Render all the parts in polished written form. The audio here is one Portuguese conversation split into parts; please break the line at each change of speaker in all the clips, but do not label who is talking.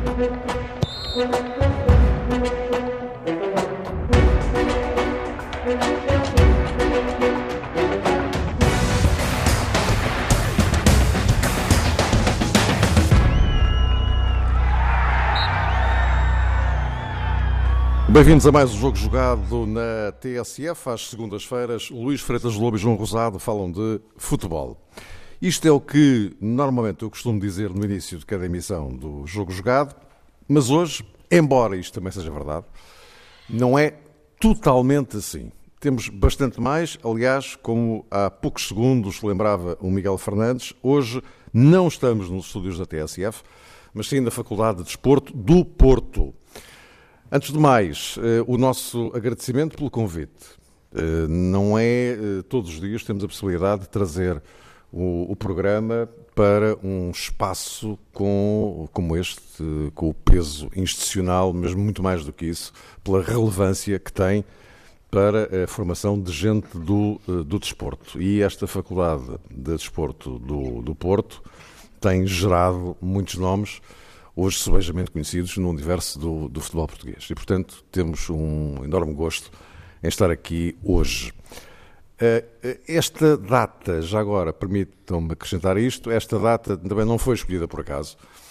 Bem-vindos a mais um Jogo Jogado na TSF. Às segundas-feiras, Luís Freitas Lobo e João Rosado falam de futebol. Isto é o que normalmente eu costumo dizer no início de cada emissão do Jogo Jogado, mas hoje, embora isto também seja verdade, não é totalmente assim. Temos bastante mais, aliás, como há poucos segundos lembrava o Miguel Fernandes, hoje não estamos nos estúdios da TSF, mas sim na Faculdade de Desporto do Porto. Antes de mais, o nosso agradecimento pelo convite. Não é todos os dias temos a possibilidade de trazer o programa para um espaço como este, com o peso institucional, mas muito mais do que isso, pela relevância que tem para a formação de gente do desporto. E esta Faculdade de Desporto do Porto tem gerado muitos nomes, hoje subejamente conhecidos no universo do futebol português. E, portanto, temos um enorme gosto em estar aqui hoje. Esta data, já agora, permitam-me acrescentar isto, esta data também não foi escolhida por acaso.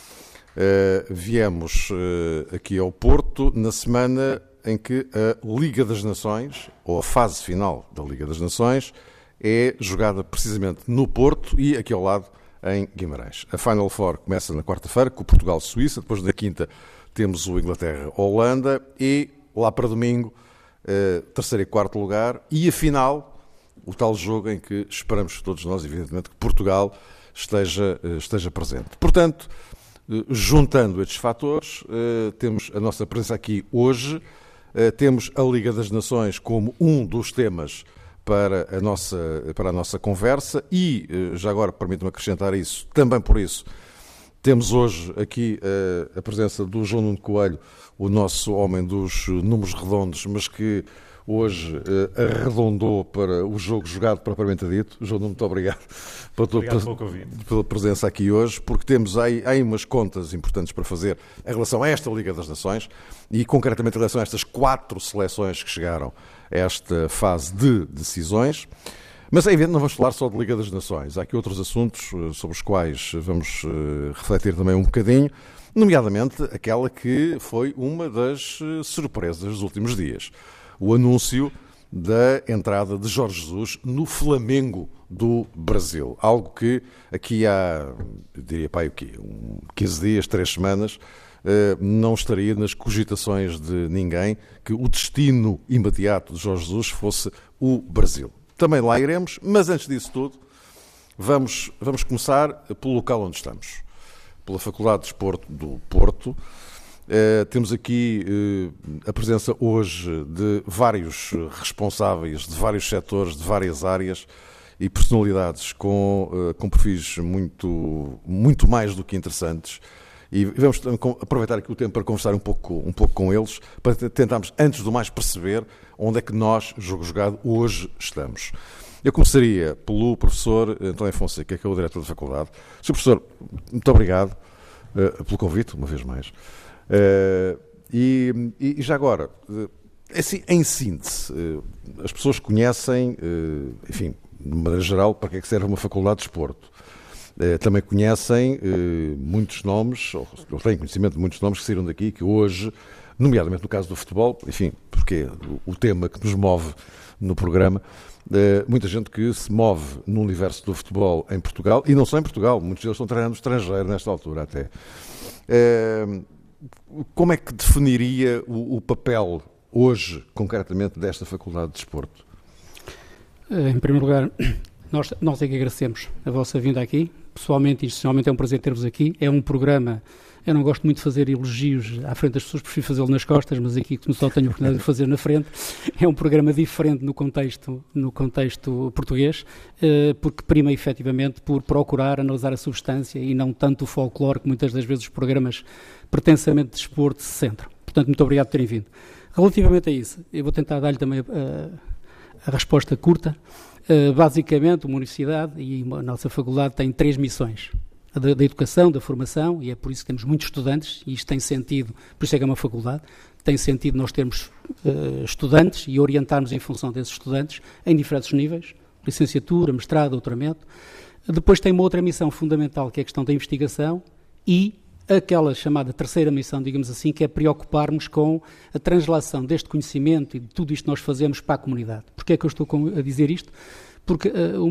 Viemos aqui ao Porto na semana em que a Liga das Nações, ou a fase final da Liga das Nações, é jogada precisamente no Porto e aqui ao lado em Guimarães. A Final Four começa na quarta-feira com o Portugal-Suíça, depois na quinta temos o Inglaterra-Holanda e lá para domingo, terceiro e quarto lugar e a final, o tal jogo em que esperamos todos nós, evidentemente, que Portugal esteja presente. Portanto, juntando estes fatores, temos a nossa presença aqui hoje, temos a Liga das Nações como um dos temas para a nossa conversa e, já agora, permito-me acrescentar isso, também por isso, temos hoje aqui a presença do João Nuno Coelho, o nosso homem dos números redondos, mas que hoje arredondou para o jogo jogado propriamente dito. João Nuno, muito obrigado pela presença aqui hoje, porque temos aí umas contas importantes para fazer em relação a esta Liga das Nações e, concretamente, em relação a estas 4 seleções que chegaram a esta fase de decisões. Mas é evidente, não vamos falar só de Liga das Nações. Há aqui outros assuntos sobre os quais vamos refletir também um bocadinho, nomeadamente aquela que foi uma das surpresas dos últimos dias. O anúncio da entrada de Jorge Jesus no Flamengo do Brasil. Algo que aqui há, eu diria, 15 dias, 3 semanas, não estaria nas cogitações de ninguém que o destino imediato de Jorge Jesus fosse o Brasil. Também lá iremos, mas antes disso tudo, vamos começar pelo local onde estamos, pela Faculdade de Desporto do Porto. Temos aqui a presença hoje de vários responsáveis de vários setores, de várias áreas e personalidades com perfis muito mais do que interessantes. E vamos aproveitar aqui o tempo para conversar um pouco com eles, para tentarmos, antes do mais, perceber onde é que nós, Jogo Jogado, hoje estamos. Eu começaria pelo professor António Fonseca, que é o diretor da faculdade. Sr. Professor, muito obrigado pelo convite, uma vez mais. E já agora, assim, em síntese, as pessoas conhecem, enfim, de maneira geral, para que é que serve uma faculdade de desporto. Também conhecem muitos nomes, ou têm conhecimento de muitos nomes que saíram daqui, que hoje, nomeadamente no caso do futebol, enfim, porque é o tema que nos move no programa, muita gente que se move no universo do futebol em Portugal, e não só em Portugal, muitos deles estão treinando no estrangeiro nesta altura até. Como é que definiria o papel hoje, concretamente, desta Faculdade de Desporto?
Em primeiro lugar, nós é que agradecemos a vossa vinda aqui. Pessoalmente e institucionalmente é um prazer ter-vos aqui. É um programa, eu não gosto muito de fazer elogios à frente das pessoas, prefiro fazê-lo nas costas, mas aqui como só tenho a oportunidade de fazer na frente, é um programa diferente no contexto português, porque prima efetivamente por procurar analisar a substância e não tanto o folclore que muitas das vezes os programas pretensamente de desporto se centram. Portanto, muito obrigado por terem vindo. Relativamente a isso, eu vou tentar dar-lhe também a resposta curta. Basicamente, uma universidade e a nossa faculdade tem 3 missões. da educação, da formação, e é por isso que temos muitos estudantes, e isto tem sentido, por isso é que é uma faculdade, tem sentido nós termos estudantes e orientarmos em função desses estudantes em diferentes níveis, licenciatura, mestrado, doutoramento. Depois tem uma outra missão fundamental, que é a questão da investigação, e aquela chamada terceira missão, digamos assim, que é preocuparmos com a translação deste conhecimento e de tudo isto que nós fazemos para a comunidade. Porquê é que eu estou a dizer isto? Porque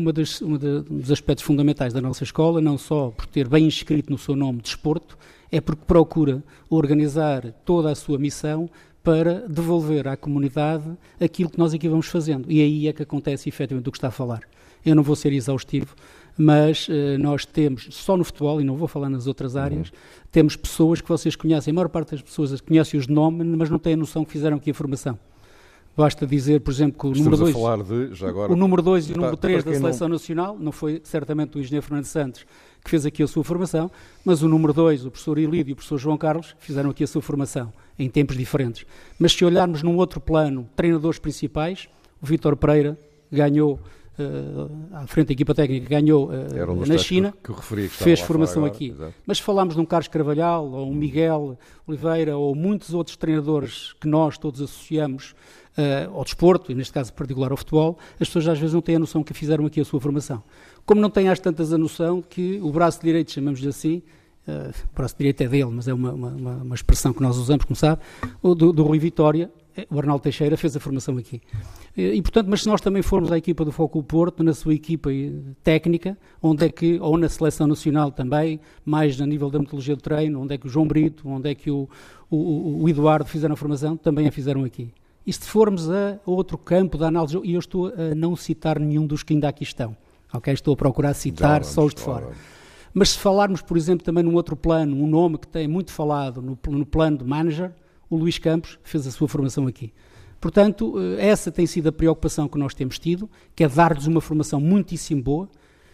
dos aspectos fundamentais da nossa escola, não só por ter bem inscrito no seu nome desporto, é porque procura organizar toda a sua missão para devolver à comunidade aquilo que nós aqui vamos fazendo. E aí é que acontece efetivamente o que está a falar. Eu não vou ser exaustivo, mas nós temos, só no futebol, e não vou falar nas outras áreas, temos pessoas que vocês conhecem, a maior parte das pessoas conhecem-os de nome, mas não têm a noção que fizeram aqui a formação. Basta dizer, por exemplo, que o número 2 o número 2 e o número 3 da Seleção Nacional, não foi certamente o engenheiro Fernando Santos que fez aqui a sua formação, mas o número 2, o professor Ilídio e o professor João Carlos, fizeram aqui a sua formação, em tempos diferentes. Mas se olharmos num outro plano, treinadores principais, o Vítor Pereira ganhou, à frente da equipa técnica, ganhou na China,
que referi, que
fez formação agora, aqui.
Exato.
Mas se falarmos de um Carlos Carvalhal, ou um Miguel Oliveira, ou muitos outros treinadores que nós todos associamos ao desporto, e neste caso particular ao futebol, as pessoas às vezes não têm a noção que fizeram aqui a sua formação. Como não têm às tantas a noção que o braço direito, chamamos-lhe assim, o braço direito é dele, mas é uma expressão que nós usamos, como sabe, do Rui Vitória, o Arnaldo Teixeira fez a formação aqui. E, portanto, mas se nós também formos à equipa do Foco Porto, na sua equipa técnica, ou na Seleção Nacional também, mais a nível da metodologia do treino, onde é que o João Brito, onde é que o Eduardo fizeram a formação, também a fizeram aqui. E se formos a outro campo da análise, e eu estou a não citar nenhum dos que ainda aqui estão, ok? Estou a procurar citar só os de fora. Mas se falarmos, por exemplo, também num outro plano, um nome que tem muito falado no plano de manager, o Luís Campos fez a sua formação aqui. Portanto, essa tem sido a preocupação que nós temos tido, que é dar-lhes uma formação muitíssimo boa,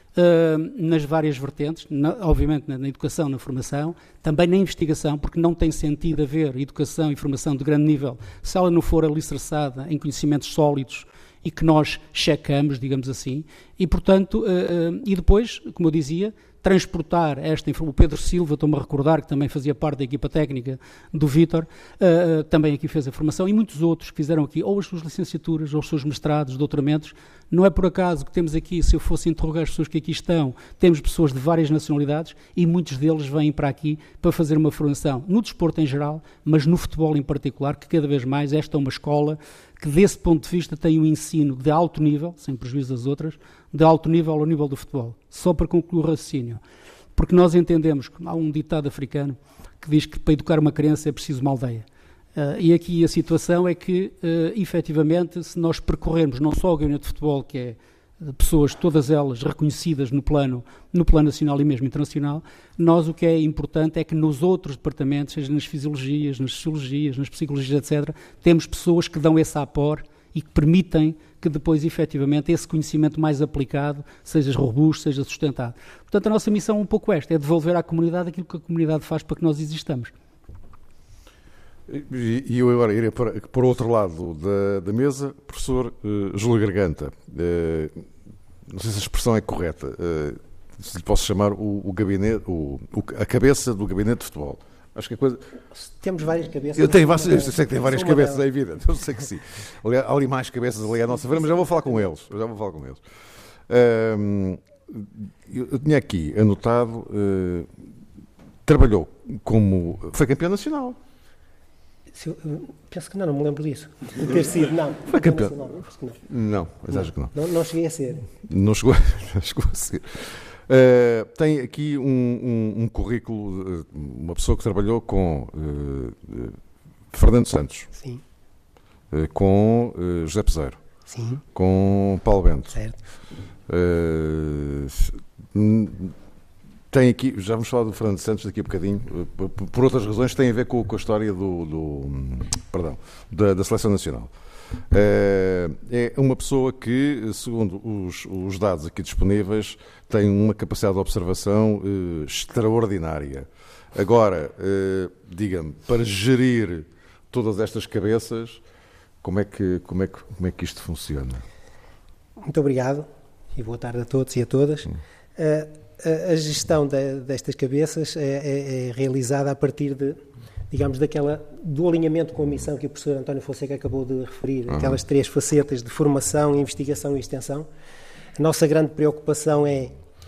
nas várias vertentes, obviamente na educação, na formação, também na investigação, porque não tem sentido haver educação e formação de grande nível se ela não for alicerçada em conhecimentos sólidos e que nós checamos, digamos assim, e portanto, e depois, como eu dizia, transportar esta informação. O Pedro Silva, estou-me a recordar, que também fazia parte da equipa técnica do Vítor, também aqui fez a formação, e muitos outros que fizeram aqui, ou as suas licenciaturas, ou os seus mestrados, doutoramentos. Não é por acaso que temos aqui, se eu fosse interrogar as pessoas que aqui estão, temos pessoas de várias nacionalidades, e muitos deles vêm para aqui para fazer uma formação no desporto em geral, mas no futebol em particular, que cada vez mais esta é uma escola que, desse ponto de vista, tem um ensino de alto nível, sem prejuízo das outras, de alto nível ao nível do futebol. Só para concluir o raciocínio. Porque nós entendemos, há um ditado africano que diz que para educar uma criança é preciso uma aldeia. E aqui a situação é que, efetivamente, se nós percorrermos não só o gabinete de futebol, que é pessoas, todas elas reconhecidas no plano nacional e mesmo internacional, nós o que é importante é que nos outros departamentos, seja nas fisiologias, nas sociologias, nas psicologias, etc., temos pessoas que dão esse apor e que permitem que depois, efetivamente, esse conhecimento mais aplicado seja robusto, seja sustentado. Portanto, a nossa missão é um pouco esta, é devolver à comunidade aquilo que a comunidade faz para que nós existamos.
E eu agora irei para o outro lado da mesa, professor Júlio Garganta. Não sei se a expressão é correta, se lhe posso chamar o gabinete, a cabeça do gabinete de futebol. Acho que a coisa...
Temos várias cabeças.
Eu sei que tem várias cabeças, é evidente. Eu sei que sim. Aliás, há ali mais cabeças ali à nossa frente, mas já vou falar com eles. Eu tinha aqui anotado, trabalhou como... Foi campeão nacional.
Penso que não me lembro disso. De ter sido, não.
Foi campeão.
Nacional, penso que não.
Não, mas acho que não.
Não cheguei a ser.
Não chegou a ser. Tem aqui um currículo, uma pessoa que trabalhou com Fernando Santos.
Sim.
Com José Peseiro.
Sim.
Com Paulo Bento.
Certo.
Tem aqui, já vamos falar do Fernando Santos daqui a bocadinho, por outras razões, tem a ver com a história da Seleção Nacional. É uma pessoa que, segundo os dados aqui disponíveis, tem uma capacidade de observação extraordinária. Agora, diga-me, para gerir todas estas cabeças, como é que isto funciona?
Muito obrigado e boa tarde a todos e a todas. a gestão destas cabeças é realizada a partir de, digamos, do alinhamento com a missão que o professor António Fonseca acabou de referir, aquelas 3 facetas de formação, investigação e extensão. A nossa grande preocupação é,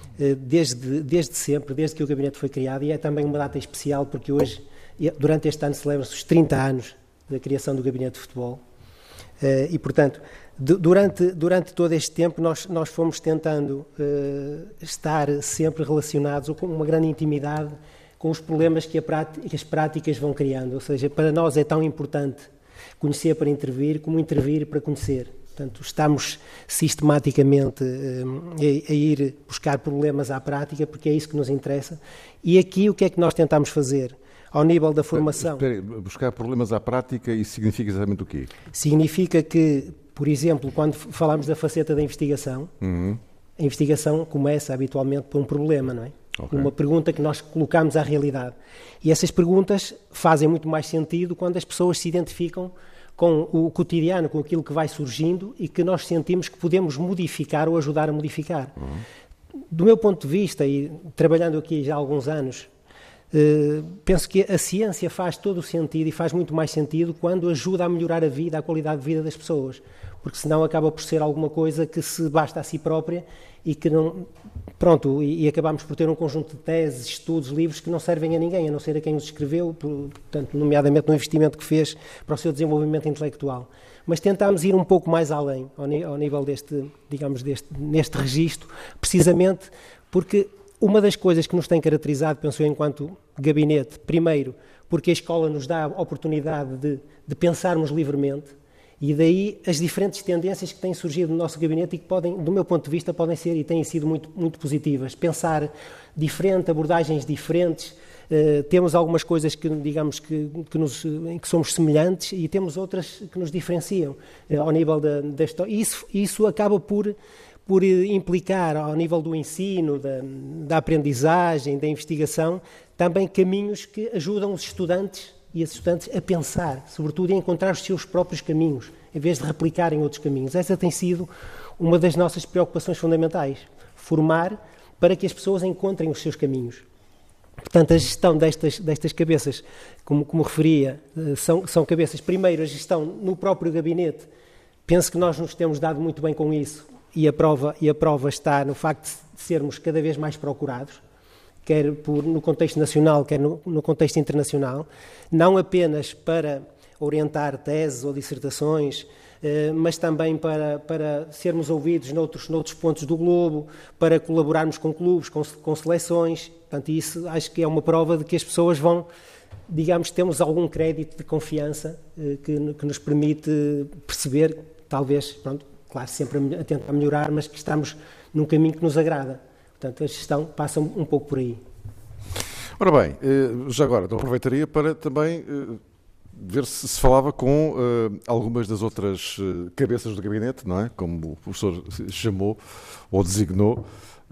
desde sempre, desde que o gabinete foi criado, e é também uma data especial porque hoje, durante este ano, celebra-se os 30 anos da criação do gabinete de futebol. E, portanto, durante todo este tempo nós fomos tentando estar sempre relacionados ou com uma grande intimidade com os problemas que as práticas vão criando. Ou seja, para nós é tão importante conhecer para intervir como intervir para conhecer. Portanto, estamos sistematicamente a ir buscar problemas à prática, porque é isso que nos interessa. E aqui o que é que nós tentamos fazer? Ao nível da formação.
Espera aí, buscar problemas à prática, isso significa exatamente o quê?
Significa que, por exemplo, quando falamos da faceta da investigação, a investigação começa habitualmente por um problema, não é? Okay. Uma pergunta que nós colocamos à realidade. E essas perguntas fazem muito mais sentido quando as pessoas se identificam com o cotidiano, com aquilo que vai surgindo e que nós sentimos que podemos modificar ou ajudar a modificar. Do meu ponto de vista, e trabalhando aqui já há alguns anos, penso que a ciência faz todo o sentido e faz muito mais sentido quando ajuda a melhorar a vida, a qualidade de vida das pessoas, porque senão acaba por ser alguma coisa que se basta a si própria e que não... Pronto, e acabamos por ter um conjunto de teses, estudos, livros que não servem a ninguém, a não ser a quem os escreveu, portanto, nomeadamente no investimento que fez para o seu desenvolvimento intelectual. Mas tentámos ir um pouco mais além, ao nível neste registro, precisamente porque uma das coisas que nos tem caracterizado, penso eu, enquanto gabinete, primeiro, porque a escola nos dá a oportunidade de pensarmos livremente, e daí as diferentes tendências que têm surgido no nosso gabinete e que podem, do meu ponto de vista, podem ser e têm sido muito, muito positivas. Pensar diferente, abordagens diferentes, temos algumas coisas que, digamos, em que somos semelhantes e temos outras que nos diferenciam ao nível da história. E isso acaba por implicar, ao nível do ensino, da aprendizagem, da investigação, também caminhos que ajudam os estudantes e as estudantes a pensar, sobretudo, e a encontrar os seus próprios caminhos, em vez de replicarem outros caminhos. Essa tem sido uma das nossas preocupações fundamentais, formar para que as pessoas encontrem os seus caminhos. Portanto, a gestão destas cabeças, como referia, são cabeças, primeiro, a gestão no próprio gabinete. Penso que nós nos temos dado muito bem com isso, e a prova está no facto de sermos cada vez mais procurados, quer no contexto nacional, quer no contexto internacional, não apenas para orientar teses ou dissertações, mas também para sermos ouvidos noutros pontos do globo, para colaborarmos com clubes, com seleções. Portanto, isso acho que é uma prova de que as pessoas vão, digamos, temos algum crédito de confiança que nos permite perceber, talvez, pronto, claro, sempre a tentar melhorar, mas que estamos num caminho que nos agrada. Portanto, a gestão passa um pouco por aí.
Ora bem, já agora, então aproveitaria para também ver se falava com algumas das outras cabeças do gabinete, não é? Como o professor chamou ou designou.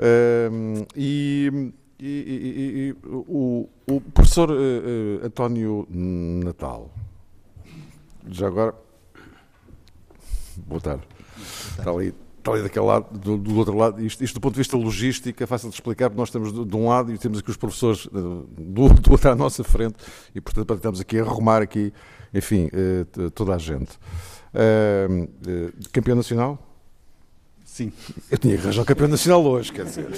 O professor António Natal, já agora, boa tarde. Está ali daquele lado, do outro lado, isto do ponto de vista logístico é fácil de explicar, porque nós estamos de um lado e temos aqui os professores do outro à nossa frente e, portanto, estamos aqui a arrumar aqui, enfim, toda a gente. Campeão nacional?
Sim.
Eu tinha que arranjar o campeão nacional hoje, quer dizer.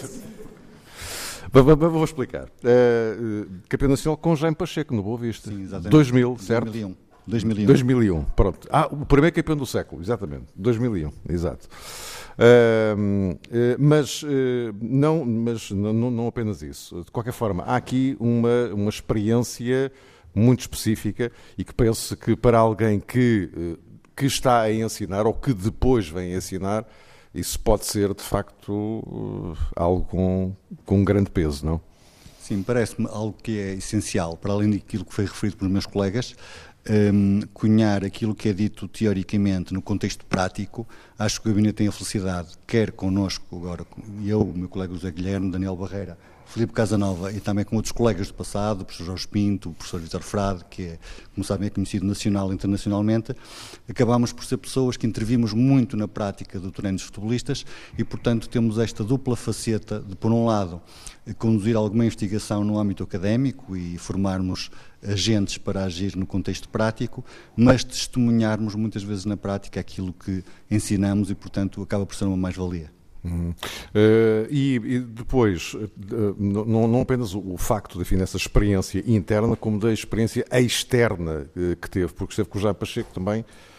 Vou explicar. Campeão nacional com Jaime Pacheco, no Boa Vista.
Sim, exatamente.
2000, certo?
2001.
Pronto. O primeiro campeão do século, exatamente. 2001, exato. Mas não apenas isso. De qualquer forma, há aqui uma experiência muito específica e que penso que para alguém que está a ensinar ou que depois vem a ensinar, isso pode ser, de facto, algo com grande peso, não?
Sim, parece-me algo que é essencial, para além daquilo que foi referido pelos meus colegas, cunhar aquilo que é dito teoricamente no contexto prático. Acho que o Gabinete tem a felicidade, quer connosco agora, eu, o meu colega José Guilherme, Daniel Barreira, Filipe Casanova e também com outros colegas do passado, o professor Jorge Pinto, o professor Vítor Frade, que é, como sabem, é conhecido nacional e internacionalmente, acabámos por ser pessoas que intervimos muito na prática do treino dos futebolistas e, portanto, temos esta dupla faceta de, por um lado, conduzir alguma investigação no âmbito académico e formarmos agentes para agir no contexto prático, mas testemunharmos muitas vezes na prática aquilo que ensinamos e, portanto, acaba por ser uma mais-valia.
E depois, não apenas o facto de, enfim, essa experiência interna, como da experiência externa que teve, porque esteve com o Jaime Pacheco também,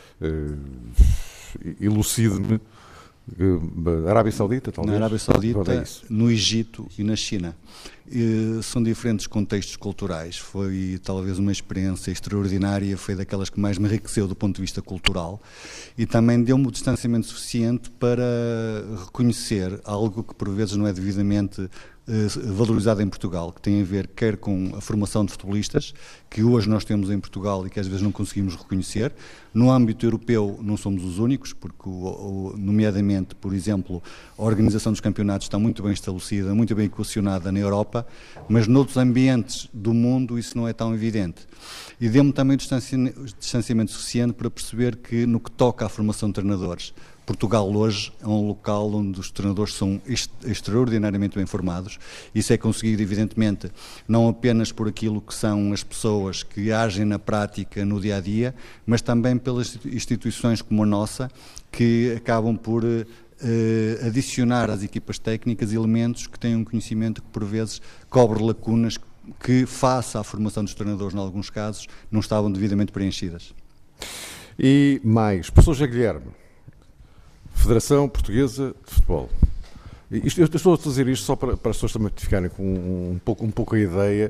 elucide-me, Arábia Saudita, talvez?
Na Arábia Saudita, no Egito e na China. São diferentes contextos culturais. Foi talvez uma experiência extraordinária, foi daquelas que mais me enriqueceu do ponto de vista cultural e também deu-me o distanciamento suficiente para reconhecer algo que por vezes não é devidamente valorizado em Portugal, que tem a ver quer com a formação de futebolistas, que hoje nós temos em Portugal e que às vezes não conseguimos reconhecer. No âmbito europeu não somos os únicos, porque nomeadamente, por exemplo, a organização dos campeonatos está muito bem estabelecida, muito bem equacionada na Europa, mas noutros ambientes do mundo isso não é tão evidente. E deu-me também distanciamento suficiente para perceber que, no que toca à formação de treinadores, Portugal hoje é um local onde os treinadores são extraordinariamente bem formados. Isso é conseguido, evidentemente, não apenas por aquilo que são as pessoas que agem na prática no dia-a-dia, mas também pelas instituições como a nossa, que acabam por adicionar às equipas técnicas elementos que têm um conhecimento que, por vezes, cobre lacunas que, face à formação dos treinadores, em alguns casos, não estavam devidamente preenchidas.
E mais, professor José Guilherme, Federação Portuguesa de Futebol. Eu estou a fazer isto só para as pessoas também ficarem com um pouco a ideia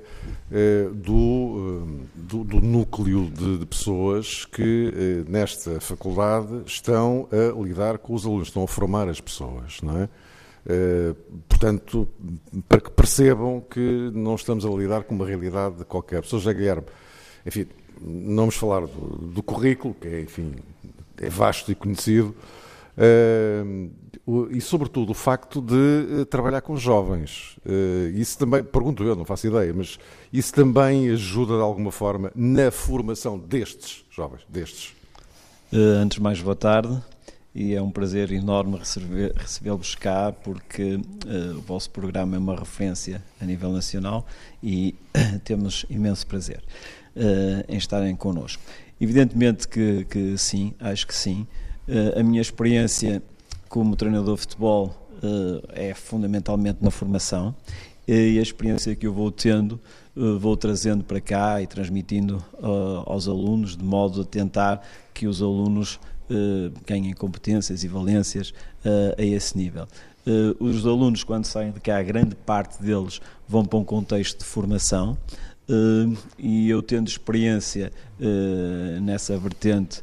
do núcleo de pessoas que nesta faculdade estão a lidar com os alunos, estão a formar as pessoas, não é? Portanto, para que percebam que não estamos a lidar com uma realidade de qualquer pessoa. José Guilherme, enfim, não vamos falar do currículo, que é, enfim, é vasto e conhecido, e sobretudo o facto de trabalhar com jovens. Isso também, pergunto eu, não faço ideia, mas isso também ajuda de alguma forma na formação destes jovens,
Antes de mais, boa tarde, e é um prazer enorme recebê-los cá, porque o vosso programa é uma referência a nível nacional e temos imenso prazer em estarem connosco. Evidentemente que sim, acho que sim. A minha experiência como treinador de futebol é fundamentalmente na formação, e a experiência que eu vou tendo, vou trazendo para cá e transmitindo aos alunos, de modo a tentar que os alunos ganhem competências e valências a esse nível. Os alunos, quando saem de cá, a grande parte deles vão para um contexto de formação, e eu, tendo experiência nessa vertente,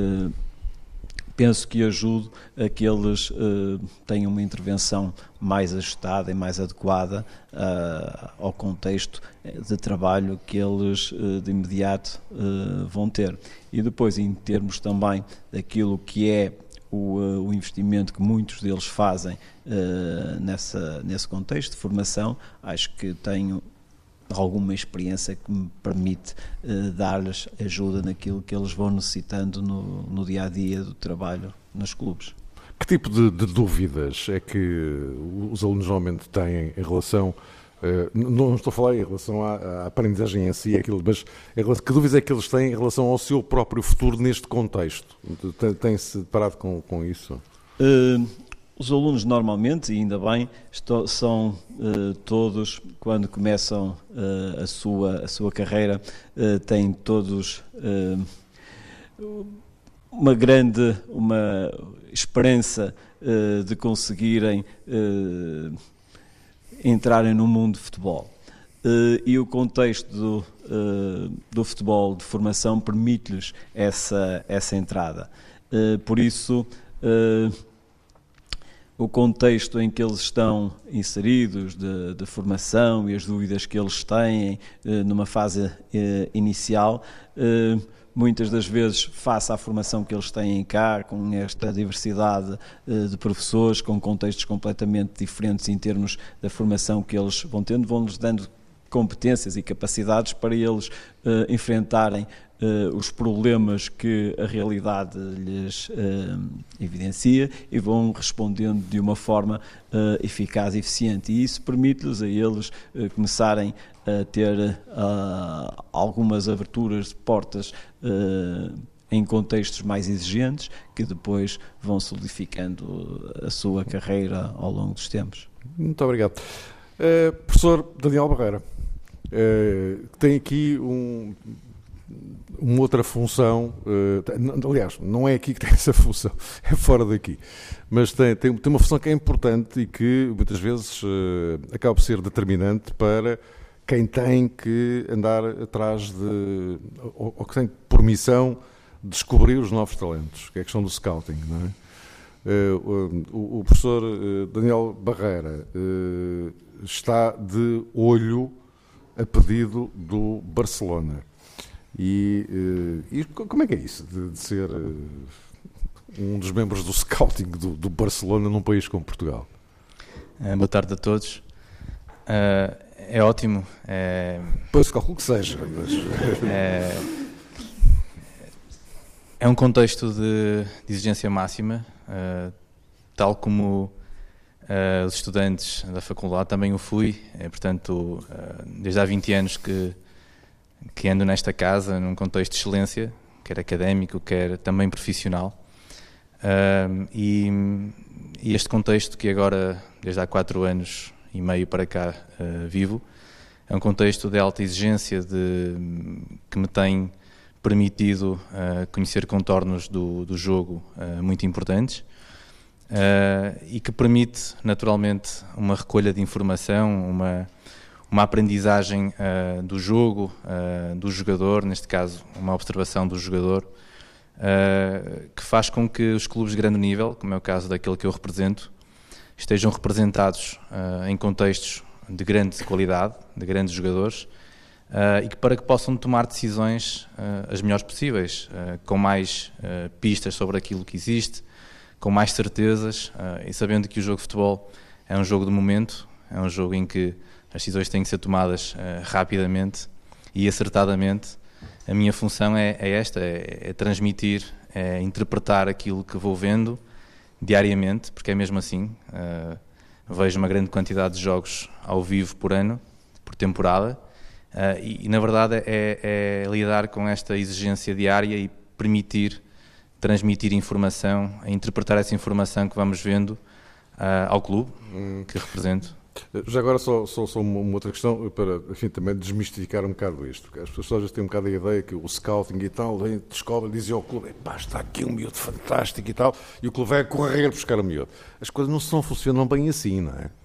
penso que ajudo a que eles tenham uma intervenção mais ajustada e mais adequada ao contexto de trabalho que eles de imediato vão ter. E depois, em termos também daquilo que é o investimento que muitos deles fazem nesse contexto de formação, acho que tenho alguma experiência que me permite dar-lhes ajuda naquilo que eles vão necessitando no dia-a-dia do trabalho nos clubes.
Que tipo de dúvidas é que os alunos normalmente têm em relação, não estou a falar em relação à aprendizagem em si, mas que dúvidas é que eles têm em relação ao seu próprio futuro neste contexto? Têm-se deparado com isso?
Os alunos normalmente, e ainda bem, são todos, quando começam a sua carreira, têm todos uma esperança de conseguirem entrarem no mundo de futebol. E o contexto do futebol de formação permite-lhes essa entrada. Por isso, o contexto em que eles estão inseridos de formação e as dúvidas que eles têm numa fase inicial muitas das vezes, face à formação que eles têm cá, com esta diversidade de professores, com contextos completamente diferentes em termos da formação que eles vão tendo, vão-lhes dando competências e capacidades para eles enfrentarem os problemas que a realidade lhes evidencia e vão respondendo de uma forma eficaz e eficiente. E isso permite-lhes a eles começarem a ter algumas aberturas de portas em contextos mais exigentes, que depois vão solidificando a sua carreira ao longo dos tempos.
Muito obrigado. Professor Daniel Barreira, tem aqui uma outra função, aliás, não é aqui que tem essa função, é fora daqui, mas tem uma função que é importante e que muitas vezes acaba por ser determinante para quem tem que andar atrás ou que tem por missão descobrir os novos talentos, que é a questão do scouting, não é? O professor Daniel Barreira está de olho a pedido do Barcelona. E como é que é isso de ser um dos membros do scouting do Barcelona num país como Portugal?
Boa tarde a todos. É ótimo.
Pois calculo que seja. Mas...
É um contexto de exigência máxima, tal como os estudantes da faculdade também o fui. Portanto, desde há 20 anos que ando nesta casa, num contexto de excelência, quer académico, quer também profissional. E este contexto que agora, desde há 4 anos e meio para cá, vivo, é um contexto de alta exigência que me tem permitido conhecer contornos do jogo muito importantes e que permite, naturalmente, uma recolha de informação, uma aprendizagem do jogo, do jogador, neste caso, uma observação do jogador, que faz com que os clubes de grande nível, como é o caso daquele que eu represento, estejam representados em contextos de grande qualidade, de grandes jogadores, e que para que possam tomar decisões as melhores possíveis, com mais pistas sobre aquilo que existe, com mais certezas, e sabendo que o jogo de futebol é um jogo de momento, é um jogo em que as decisões têm que ser tomadas rapidamente e acertadamente. A minha função é esta, é transmitir, é interpretar aquilo que vou vendo diariamente, porque é mesmo assim. Vejo uma grande quantidade de jogos ao vivo por ano, por temporada, e na verdade é lidar com esta exigência diária e permitir transmitir informação, interpretar essa informação que vamos vendo ao clube que represento.
Já agora só uma outra questão para, enfim, também desmistificar um bocado isto, porque as pessoas às vezes têm um bocado a ideia que o scouting e tal, descobre, dizem ao clube, pá, está aqui um miúdo fantástico e tal, e o clube vai correr buscar o miúdo. As coisas não funcionam bem assim, não é?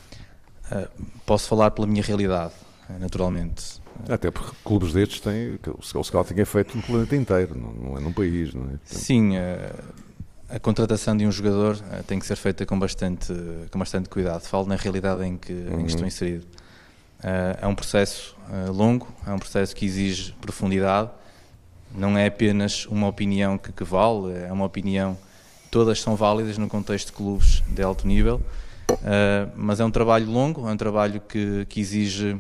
Posso falar pela minha realidade, naturalmente.
Até porque clubes destes têm, o scouting é feito no planeta inteiro, não é num país, não é? Portanto...
Sim, a contratação de um jogador tem que ser feita com bastante cuidado. Falo na realidade em que estou inserido. É um processo longo, é um processo que exige profundidade. Não é apenas uma opinião que vale, é uma opinião, todas são válidas no contexto de clubes de alto nível, mas é um trabalho longo, é um trabalho que exige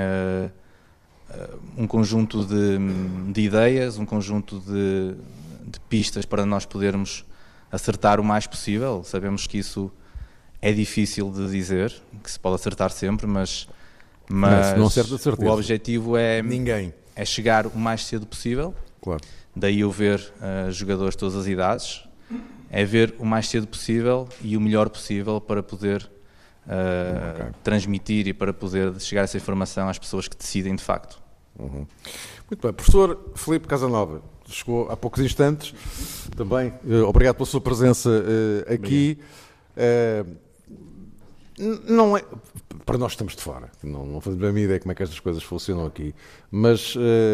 um conjunto de ideias, um conjunto de pistas para nós podermos acertar o mais possível. Sabemos que isso é difícil de dizer, que se pode acertar sempre, mas
não acerta de certeza.
O objetivo é chegar o mais cedo possível.
Claro.
Daí eu ver jogadores de todas as idades, é ver o mais cedo possível e o melhor possível para poder transmitir e para poder chegar essa informação às pessoas que decidem de facto.
Muito bem. Professor Filipe Casanova, chegou há poucos instantes, também obrigado pela sua presença aqui. Não é, para nós estamos de fora, não fazemos a minha ideia como é que estas coisas funcionam aqui, mas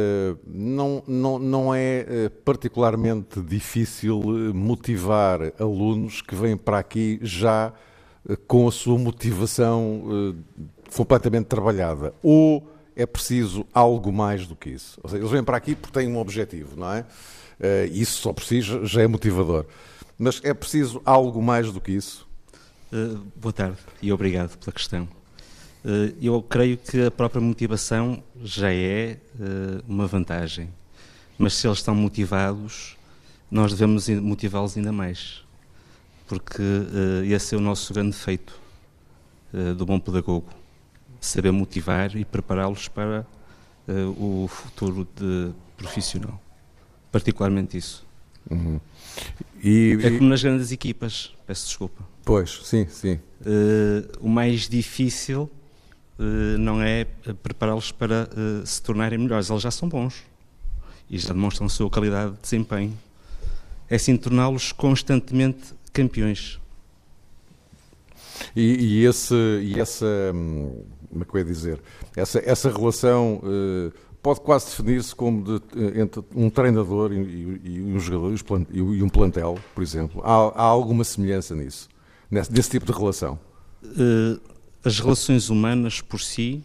não é particularmente difícil motivar alunos que vêm para aqui já com a sua motivação completamente trabalhada, ou é preciso algo mais do que isso? Ou seja, eles vêm para aqui porque têm um objetivo, não é? Isso só por si já é motivador. Mas é preciso algo mais do que isso?
Boa tarde e obrigado pela questão. Eu creio que a própria motivação já é uma vantagem, mas se eles estão motivados, nós devemos motivá-los ainda mais, porque esse é o nosso grande feito do bom pedagogo, saber motivar e prepará-los para o futuro profissional, particularmente isso.
Uhum.
É como nas grandes equipas, peço desculpa.
Pois, sim.
O mais difícil não é prepará-los para se tornarem melhores, eles já são bons e já demonstram a sua qualidade de desempenho. É sim torná-los constantemente campeões.
E essa, como é que eu ia dizer, essa relação pode quase definir-se como entre um treinador e um jogador e um plantel, por exemplo. Há alguma semelhança nisso, nesse tipo de relação?
As relações humanas por si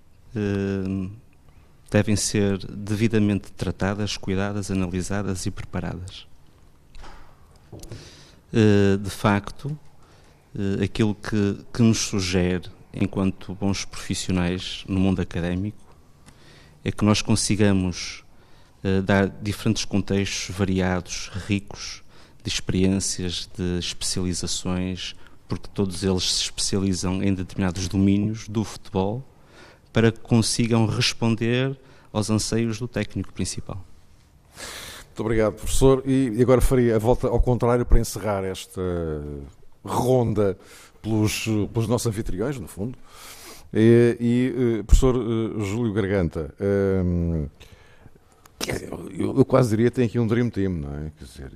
devem ser devidamente tratadas, cuidadas, analisadas e preparadas. De facto, aquilo que nos sugere, enquanto bons profissionais no mundo académico, é que nós consigamos dar diferentes contextos variados, ricos, de experiências, de especializações, porque todos eles se especializam em determinados domínios do futebol, para que consigam responder aos anseios do técnico principal.
Muito obrigado, professor. E agora faria a volta ao contrário para encerrar esta ronda pelos nossos anfitriões, no fundo. Professor Júlio Garganta, eu quase diria que tem aqui um dream team, não é? Quer dizer,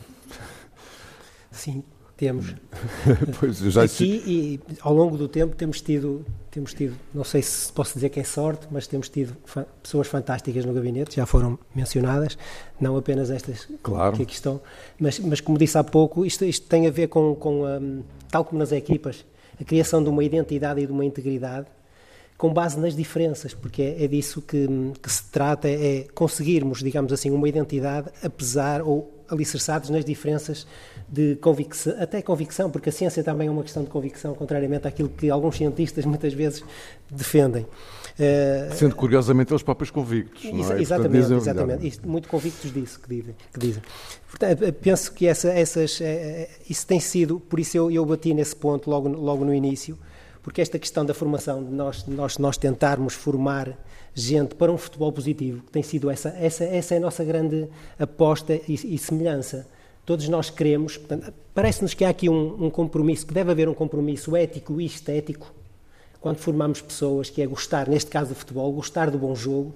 sim, temos.
Pois,
aqui e ao longo do tempo temos tido, não sei se posso dizer que é sorte, mas temos tido pessoas fantásticas no gabinete, já foram mencionadas, não apenas estas
claro.
Que aqui estão, mas como disse há pouco, isto tem a ver com tal como nas equipas, a criação de uma identidade e de uma integridade com base nas diferenças, porque é disso que se trata, é conseguirmos, digamos assim, uma identidade apesar ou alicerçados nas diferenças de convicção, até convicção, porque a ciência também é uma questão de convicção, contrariamente àquilo que alguns cientistas muitas vezes defendem.
Sendo curiosamente eles próprios convictos, não é?
Exatamente,
Portanto,
exatamente. Muito convictos disso que dizem. Portanto, penso que isso tem sido, por isso eu bati nesse ponto logo no início, porque esta questão da formação, de nós tentarmos formar gente para um futebol positivo, tem sido essa é a nossa grande aposta e semelhança. Todos nós queremos, portanto, parece-nos que há aqui um compromisso, que deve haver um compromisso ético e estético, quando formamos pessoas, que é gostar, neste caso do futebol, gostar do bom jogo,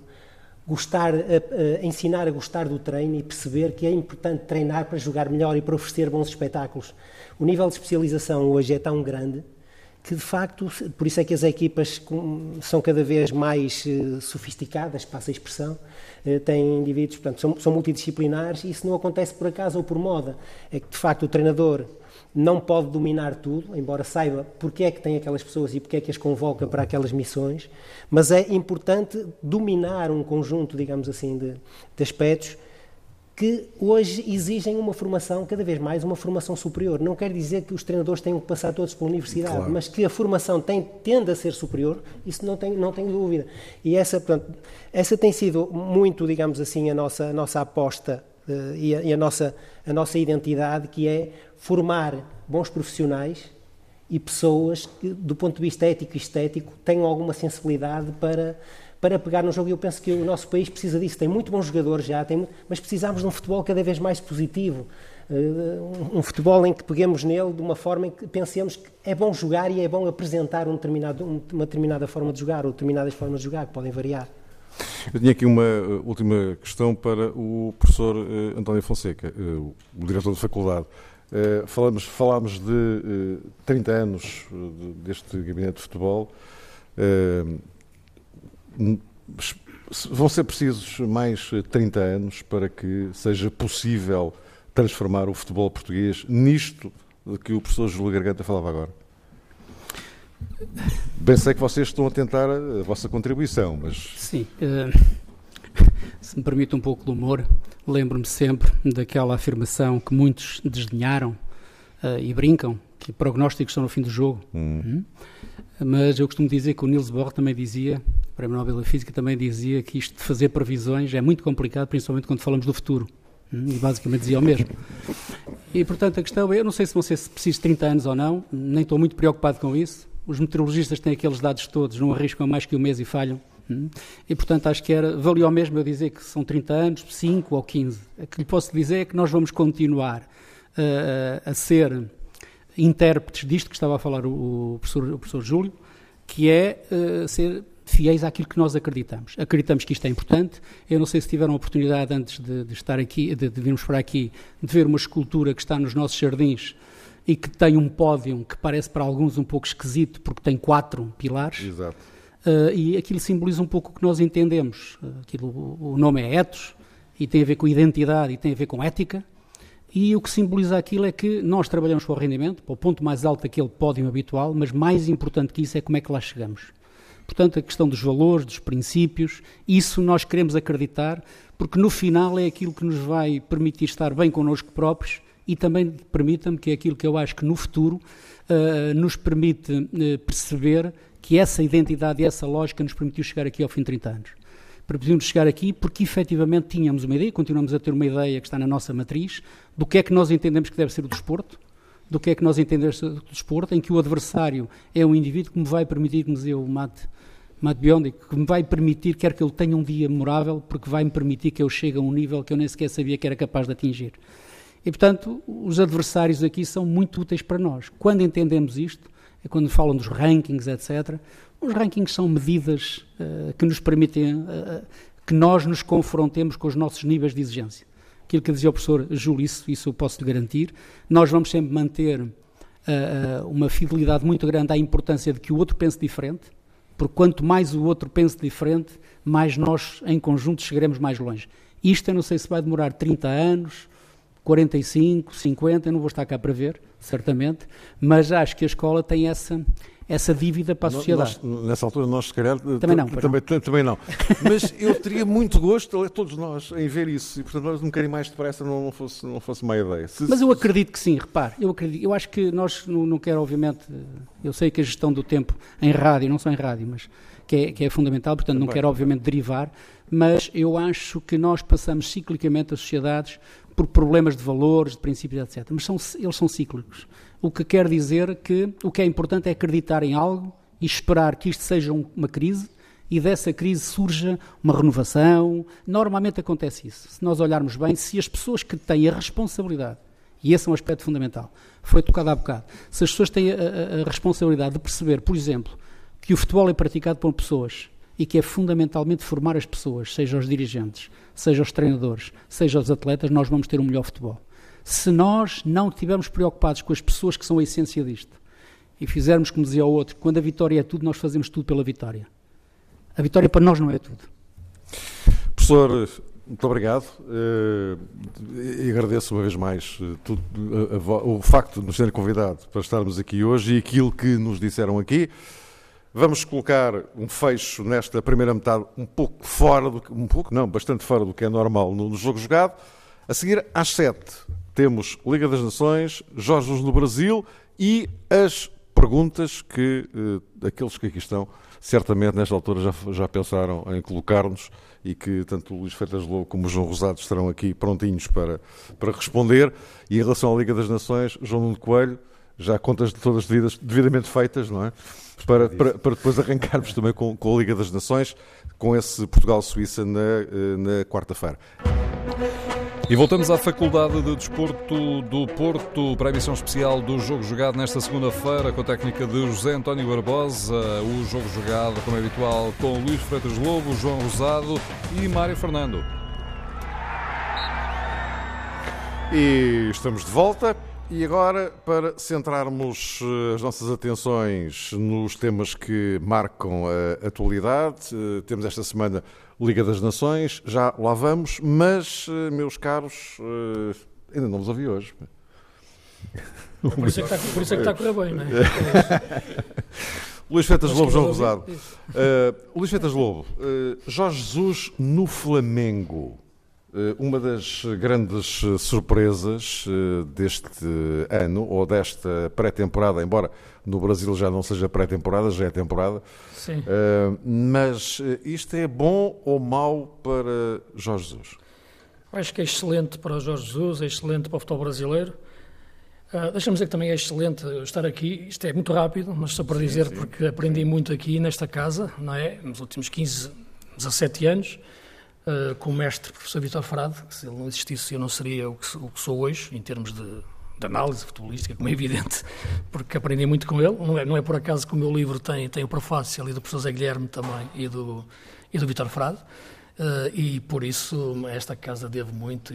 ensinar a gostar do treino e perceber que é importante treinar para jogar melhor e para oferecer bons espetáculos. O nível de especialização hoje é tão grande que, de facto, por isso é que as equipas são cada vez mais sofisticadas, passa a expressão, têm indivíduos, portanto, são multidisciplinares, e isso não acontece por acaso ou por moda. É que, de facto, o treinador não pode dominar tudo, embora saiba porque é que tem aquelas pessoas e porque é que as convoca para aquelas missões, mas é importante dominar um conjunto, digamos assim, de aspectos que hoje exigem uma formação, cada vez mais, uma formação superior. Não quer dizer que os treinadores tenham que passar todos pela universidade, claro. Mas que a formação tende a ser superior, isso não tenho dúvida. E essa tem sido muito, digamos assim, a nossa aposta e a nossa identidade, que é formar bons profissionais e pessoas que, do ponto de vista ético e estético, tenham alguma sensibilidade para pegar no jogo. E eu penso que o nosso país precisa disso. Tem muito bons jogadores já, mas precisamos de um futebol cada vez mais positivo. Um futebol em que peguemos nele de uma forma em que pensemos que é bom jogar e é bom apresentar uma determinada forma de jogar, ou determinadas formas de jogar, que podem variar.
Eu tinha aqui uma última questão para o professor António Fonseca, o diretor da faculdade. Falámos de 30 anos deste gabinete de futebol. Vão ser precisos mais 30 anos para que seja possível transformar o futebol português nisto de que o professor Júlio Garganta falava agora? Bem sei que vocês estão a tentar a vossa contribuição, mas...
Sim, se me permite um pouco de humor, lembro-me sempre daquela afirmação que muitos desdenharam e brincam, que prognósticos são no fim do jogo. Mas eu costumo dizer que o Niels Bohr também dizia, o Prémio Nobel da Física também dizia que isto de fazer previsões é muito complicado, principalmente quando falamos do futuro. E basicamente dizia o mesmo. E portanto a questão é, eu não sei se vão ser precisos 30 anos ou não, nem estou muito preocupado com isso. Os meteorologistas têm aqueles dados todos, não arriscam mais que um mês e falham. E portanto acho que valia ao mesmo eu dizer que são 30 anos, 5 ou 15. O que lhe posso dizer é que nós vamos continuar a ser intérpretes disto que estava a falar o professor Júlio, que é ser fiéis àquilo que nós acreditamos. Acreditamos que isto é importante. Eu não sei se tiveram a oportunidade antes de estar aqui, de virmos para aqui, de ver uma escultura que está nos nossos jardins e que tem um pódio que parece para alguns um pouco esquisito porque tem 4 pilares.
Exato.
E aquilo simboliza um pouco o que nós entendemos. O nome é ethos e tem a ver com identidade e tem a ver com ética. E o que simboliza aquilo é que nós trabalhamos para o rendimento, para o ponto mais alto daquele pódio habitual, mas mais importante que isso é como é que lá chegamos. Portanto, a questão dos valores, dos princípios, isso nós queremos acreditar, porque no final é aquilo que nos vai permitir estar bem connosco próprios e também permita-me que é aquilo que eu acho que no futuro nos permite perceber que essa identidade e essa lógica nos permitiu chegar aqui ao fim de 30 anos. Permitiu-nos chegar aqui porque efetivamente tínhamos uma ideia, continuamos a ter uma ideia que está na nossa matriz, do que é que nós entendemos que deve ser o desporto, do que é que nós entendemos do desporto, em que o adversário é um indivíduo que me vai permitir, como dizia o Matt Biondi, que me vai permitir, quer que ele tenha um dia memorável, porque vai-me permitir que eu chegue a um nível que eu nem sequer sabia que era capaz de atingir. E, portanto, os adversários aqui são muito úteis para nós. Quando entendemos isto, é quando falam dos rankings, etc., os rankings são medidas que nos permitem que nós nos confrontemos com os nossos níveis de exigência. Aquilo que dizia o professor Júlio, isso eu posso lhe garantir. Nós vamos sempre manter uma fidelidade muito grande à importância de que o outro pense diferente, porque quanto mais o outro pense diferente, mais nós, em conjunto, chegaremos mais longe. Isto eu não sei se vai demorar 30 anos, 45, 50, eu não vou estar cá para ver, certamente, mas acho que a escola tem essa dívida para a sociedade.
Nessa altura nós, se calhar,
também não.
Mas eu teria muito gosto, todos nós, em ver isso, e portanto nós um bocadinho mais depressa não fosse má ideia.
Mas eu acredito que sim, repare, eu acho que nós não quero, obviamente, eu sei que a gestão do tempo em rádio, não só em rádio, mas que é fundamental, portanto não quero obviamente derivar, mas eu acho que nós passamos ciclicamente as sociedades por problemas de valores, de princípios, etc. Mas eles são cíclicos. O que quer dizer que o que é importante é acreditar em algo e esperar que isto seja uma crise e dessa crise surja uma renovação. Normalmente acontece isso. Se nós olharmos bem, se as pessoas que têm a responsabilidade, e esse é um aspecto fundamental, foi tocado há bocado, se as pessoas têm a responsabilidade de perceber, por exemplo, que o futebol é praticado por pessoas e que é fundamentalmente formar as pessoas, seja os dirigentes, seja os treinadores, seja os atletas, nós vamos ter um melhor futebol. Se nós não estivermos preocupados com as pessoas que são a essência disto e fizermos, como dizia o outro, quando a vitória é tudo, nós fazemos tudo pela vitória. A vitória para nós não é tudo.
Professor, muito obrigado e agradeço uma vez mais o facto de nos terem convidado para estarmos aqui hoje e aquilo que nos disseram aqui. Vamos colocar um fecho nesta primeira metade bastante fora do que é normal no jogo jogado. A seguir, às 7, temos Liga das Nações, Jorge Jesus no Brasil e as perguntas que aqueles que aqui estão, certamente nesta altura já pensaram em colocar-nos e que tanto o Luís Freitas Lobo como o João Rosado estarão aqui prontinhos para responder. E em relação à Liga das Nações, João Nuno Coelho, já contas todas devidamente feitas, não é? Para depois arrancarmos também com a Liga das Nações, com esse Portugal-Suíça na quarta-feira.
E voltamos à Faculdade de Desporto do Porto para a emissão especial do Jogo Jogado nesta segunda-feira, com a técnica de José António Barbosa. O Jogo Jogado, como é habitual, com Luís Freitas Lobo, João Rosado e Mário Fernando.
E estamos de volta. E agora, para centrarmos as nossas atenções nos temas que marcam a atualidade, temos esta semana Liga das Nações, já lá vamos, mas, meus caros, ainda não vos ouvi hoje.
Por isso é que está a correr bem, não é?
Luís Freitas Lobo, João Rosado. Luís Freitas Lobo, Jorge Jesus no Flamengo. Uma das grandes surpresas deste ano, ou desta pré-temporada, embora no Brasil já não seja pré-temporada, já é temporada.
Sim.
Mas isto é bom ou mau para Jorge Jesus?
Acho que é excelente para o Jorge Jesus, é excelente para o futebol brasileiro. Deixa-me dizer que também é excelente estar aqui. Isto é muito rápido, mas só para dizer, sim. Porque aprendi muito aqui nesta casa, não é? Nos últimos 15, 17 anos. Com o mestre professor Vítor Frade, que se ele não existisse eu não seria o que sou hoje, em termos de análise futebolística, como é evidente, porque aprendi muito com ele. Não é por acaso que o meu livro tem o prefácio ali do professor Zé Guilherme também e do Vítor Frade, e por isso esta casa devo muito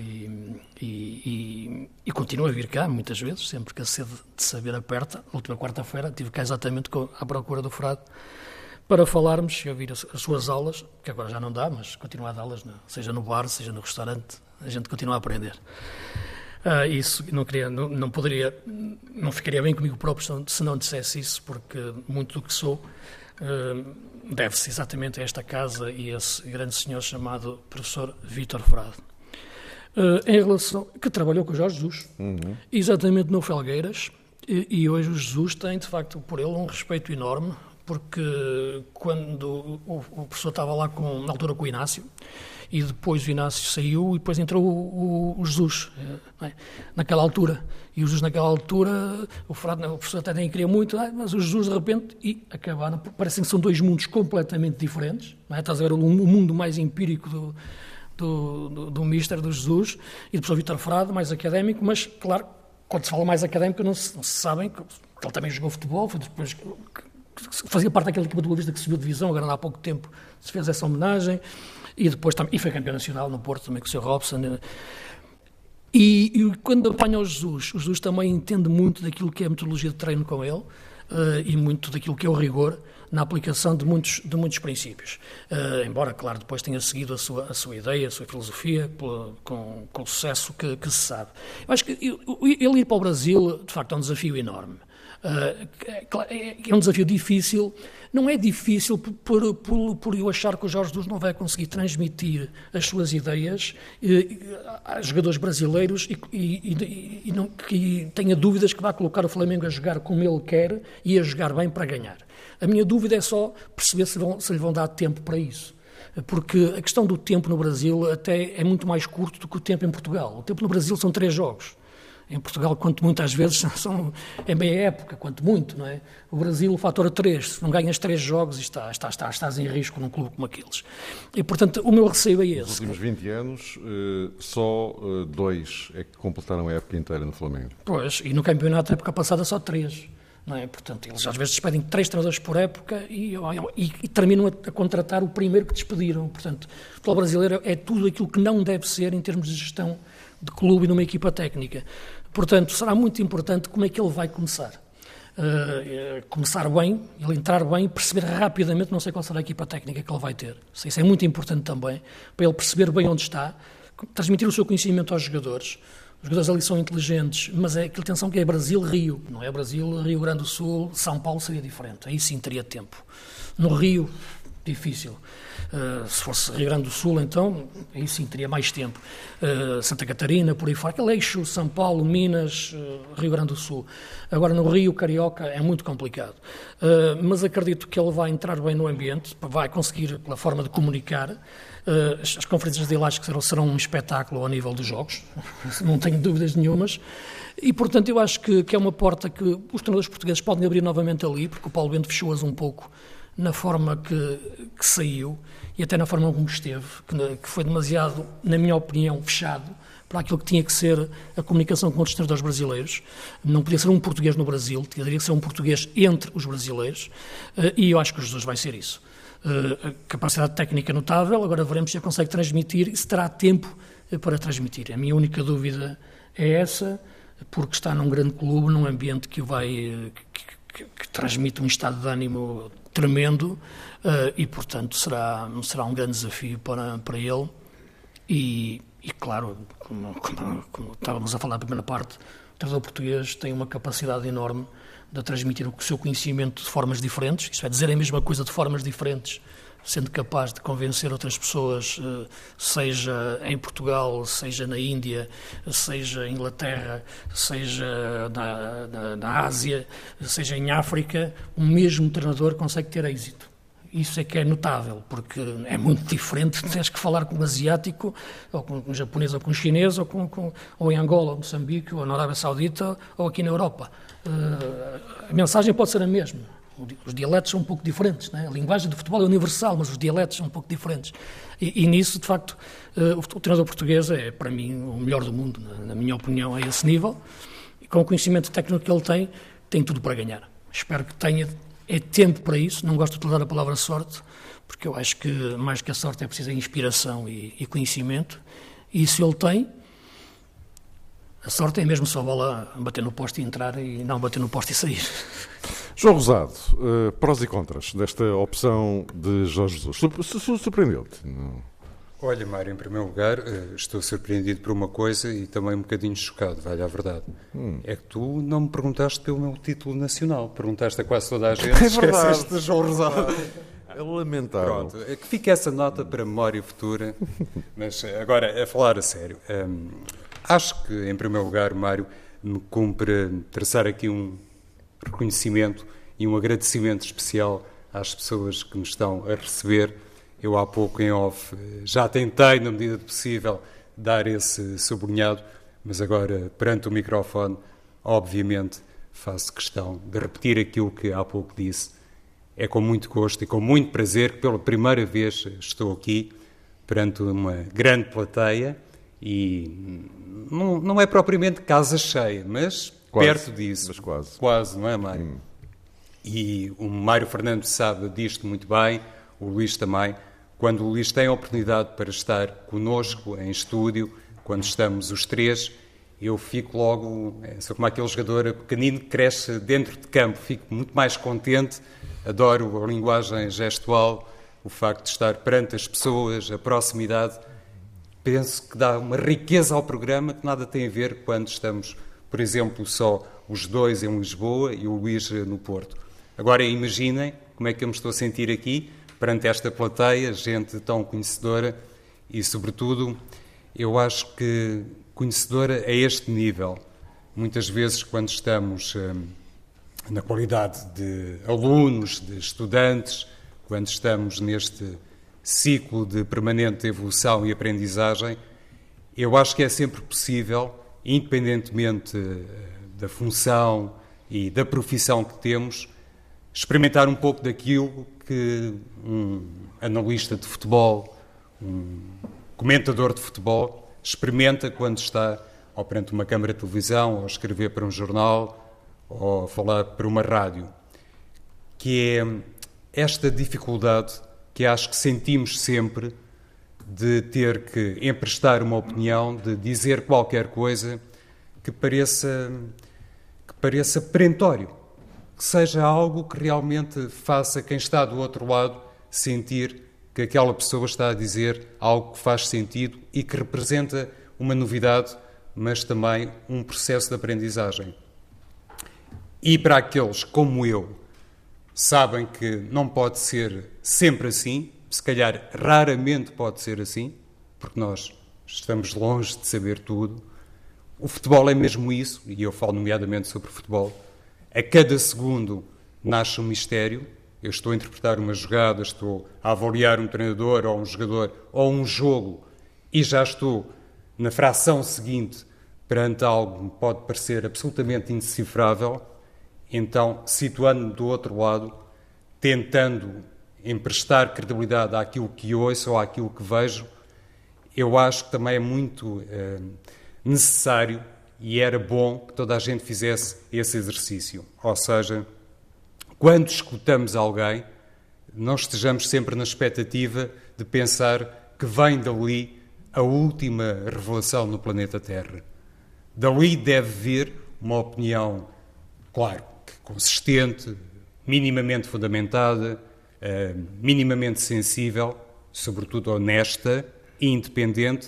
e continuo a vir cá muitas vezes, sempre que a sede de saber aperta. A última quarta-feira estive cá exatamente à procura do Frade, para falarmos e ouvir as suas aulas, que agora já não dá, mas continuar a dá-las, seja no bar, seja no restaurante, a gente continua a aprender. Isso não ficaria bem comigo próprio se não dissesse isso, porque muito do que sou deve-se exatamente a esta casa e a esse grande senhor chamado professor Vítor Frade. Em relação, que trabalhou com o Jorge Jesus, exatamente no Felgueiras, e hoje o Jesus tem, de facto, por ele um respeito enorme, porque quando o professor estava lá na altura com o Inácio, e depois o Inácio saiu e depois entrou o Jesus, naquela altura. E o Jesus naquela altura, o professor até nem queria muito, mas o Jesus de repente, e acabaram, parecem que são dois mundos completamente diferentes, não é? Estás a ver o mundo mais empírico do Mister, do Jesus, e do professor Vítor Frade, mais académico, mas claro, quando se fala mais académico não se sabem que ele também jogou futebol, foi depois fazia parte daquela equipa do Boa Vista que subiu de divisão, agora há pouco tempo se fez essa homenagem, e depois também, foi campeão nacional no Porto também com o Sr. Robson. E quando apanha o Jesus também entende muito daquilo que é a metodologia de treino com ele, e muito daquilo que é o rigor na aplicação de muitos princípios. Embora, claro, depois tenha seguido a sua ideia, a sua filosofia, com o sucesso que se sabe. Eu acho que ele ir para o Brasil, de facto, é um desafio enorme. É um desafio difícil. Não é difícil por eu achar que o Jorge Jesus não vai conseguir transmitir as suas ideias a jogadores brasileiros e não, que tenha dúvidas que vai colocar o Flamengo a jogar como ele quer e a jogar bem para ganhar. A minha dúvida é só perceber se lhe vão dar tempo para isso. Porque a questão do tempo no Brasil até é muito mais curto do que o tempo em Portugal. O tempo no Brasil são 3 jogos. Em Portugal, quanto muitas vezes, é meia época, quanto muito, não é? O Brasil, o fator 3, se não ganhas 3 jogos, estás em risco num clube como aqueles. E, portanto, o meu receio é esse.
Nos últimos 20 anos, só 2 é que completaram a época inteira no Flamengo.
Pois, e no campeonato, a época passada, só 3. Não é? Portanto, eles às vezes despedem 3 treinadores por época e terminam a contratar o primeiro que despediram. Portanto, o futebol brasileiro é tudo aquilo que não deve ser em termos de gestão de clube e numa equipa técnica. Portanto, será muito importante como é que ele vai começar. Começar bem, ele entrar bem, perceber rapidamente, não sei qual será a equipa técnica que ele vai ter. Isso é muito importante também, para ele perceber bem onde está, transmitir o seu conhecimento aos jogadores. Os jogadores ali são inteligentes, mas é aquela tensão que é Brasil-Rio, não é Brasil, Rio Grande do Sul, São Paulo seria diferente, aí sim teria tempo. No Rio, difícil. Se fosse Rio Grande do Sul, então, aí sim teria mais tempo. Santa Catarina, por aí fora, aquele eixo, São Paulo, Minas, Rio Grande do Sul. Agora, no Rio, Carioca, é muito complicado. Mas acredito que ele vai entrar bem no ambiente, vai conseguir, pela forma de comunicar. As conferências dele acho que serão um espetáculo ao nível dos jogos, não tenho dúvidas nenhumas. E, portanto, eu acho que é uma porta que os treinadores portugueses podem abrir novamente ali, porque o Paulo Bento fechou-as um pouco na forma que saiu e até na forma como esteve, que foi demasiado, na minha opinião, fechado para aquilo que tinha que ser a comunicação com outros treinadores brasileiros. Não podia ser um português no Brasil, teria que ser um português entre os brasileiros, e eu acho que o Jesus vai ser isso. A capacidade técnica notável, agora veremos se ele consegue transmitir e se terá tempo para transmitir. A minha única dúvida é essa, porque está num grande clube, num ambiente que que transmite um estado de ânimo tremendo, e portanto será um grande desafio para ele E claro, como estávamos a falar na primeira parte, o treinador português tem uma capacidade enorme de transmitir o seu conhecimento de formas diferentes, isto é, dizer a mesma coisa de formas diferentes, sendo capaz de convencer outras pessoas, seja em Portugal, seja na Índia, seja em Inglaterra, seja na Ásia, seja em África, o mesmo treinador consegue ter êxito. Isso é que é notável, porque é muito diferente de teres que falar com um asiático, ou com um japonês, ou com um chinês, ou em Angola, ou Moçambique, ou na Arábia Saudita, ou aqui na Europa. A mensagem pode ser a mesma. Os dialetos são um pouco diferentes, não é? A linguagem do futebol é universal, mas os dialetos são um pouco diferentes. E nisso, de facto, o treinador português é, para mim, o melhor do mundo, na minha opinião, a esse nível. E com o conhecimento técnico que ele tem tudo para ganhar. Espero que tenha tempo para isso. Não gosto de utilizar a palavra sorte, porque eu acho que, mais que a sorte, é preciso a inspiração e conhecimento. E isso ele tem. A sorte é mesmo só a bola bater no poste e entrar, e não bater no poste e sair.
João Rosado, prós e contras desta opção de Jorge Jesus. Surpreendeu-te?
Olha, Mário, em primeiro lugar, estou surpreendido por uma coisa e também um bocadinho chocado, vale a verdade. É que tu não me perguntaste pelo meu título nacional. Perguntaste a quase toda a gente.
É verdade.
Esqueceste de João Rosado.
É lamentável.
Pronto, que fique essa nota para a memória futura. Mas agora, a falar a sério. Acho que, em primeiro lugar, Mário, me cumpre traçar aqui um reconhecimento e um agradecimento especial às pessoas que me estão a receber. Eu, há pouco, em off, já tentei, na medida do possível, dar esse sublinhado, mas agora, perante o microfone, obviamente, faço questão de repetir aquilo que há pouco disse. É com muito gosto e com muito prazer que, pela primeira vez, estou aqui, perante uma grande plateia, e não é propriamente casa cheia, mas quase, perto disso.
Mas quase.
Quase, não é, Mário? E o Mário Fernandes sabe disto muito bem, o Luís também. Quando o Luís tem a oportunidade para estar connosco em estúdio, quando estamos os três, eu fico logo, sou como aquele jogador pequenino que cresce dentro de campo, fico muito mais contente, adoro a linguagem gestual, o facto de estar perante as pessoas, a proximidade. Penso que dá uma riqueza ao programa que nada tem a ver quando estamos, por exemplo, só os dois em Lisboa e o Luís no Porto. Agora imaginem como é que eu me estou a sentir aqui, perante esta plateia, gente tão conhecedora e, sobretudo, eu acho que conhecedora a este nível. Muitas vezes, quando estamos na qualidade de alunos, de estudantes, quando estamos neste ciclo de permanente evolução e aprendizagem, eu acho que é sempre possível, independentemente da função e da profissão que temos, experimentar um pouco daquilo que um analista de futebol, um comentador de futebol, experimenta quando está ou perante uma câmara de televisão, ou a escrever para um jornal, ou a falar para uma rádio, que é esta dificuldade que acho que sentimos sempre de ter que emprestar uma opinião, de dizer qualquer coisa que pareça perentório, que seja algo que realmente faça quem está do outro lado sentir que aquela pessoa está a dizer algo que faz sentido e que representa uma novidade, mas também um processo de aprendizagem. E para aqueles como eu, sabem que não pode ser sempre assim, se calhar raramente pode ser assim, porque nós estamos longe de saber tudo. O futebol é mesmo isso, e eu falo nomeadamente sobre futebol. A cada segundo nasce um mistério. Eu estou a interpretar uma jogada, estou a avaliar um treinador ou um jogador ou um jogo e já estou na fração seguinte perante algo que me pode parecer absolutamente indecifrável. Então, situando-me do outro lado, tentando emprestar credibilidade àquilo que ouço ou àquilo que vejo, eu acho que também é muito necessário e era bom que toda a gente fizesse esse exercício. Ou seja, quando escutamos alguém, não estejamos sempre na expectativa de pensar que vem dali a última revelação no planeta Terra. Dali deve vir uma opinião, claro, consistente, minimamente fundamentada, minimamente sensível, sobretudo honesta e independente,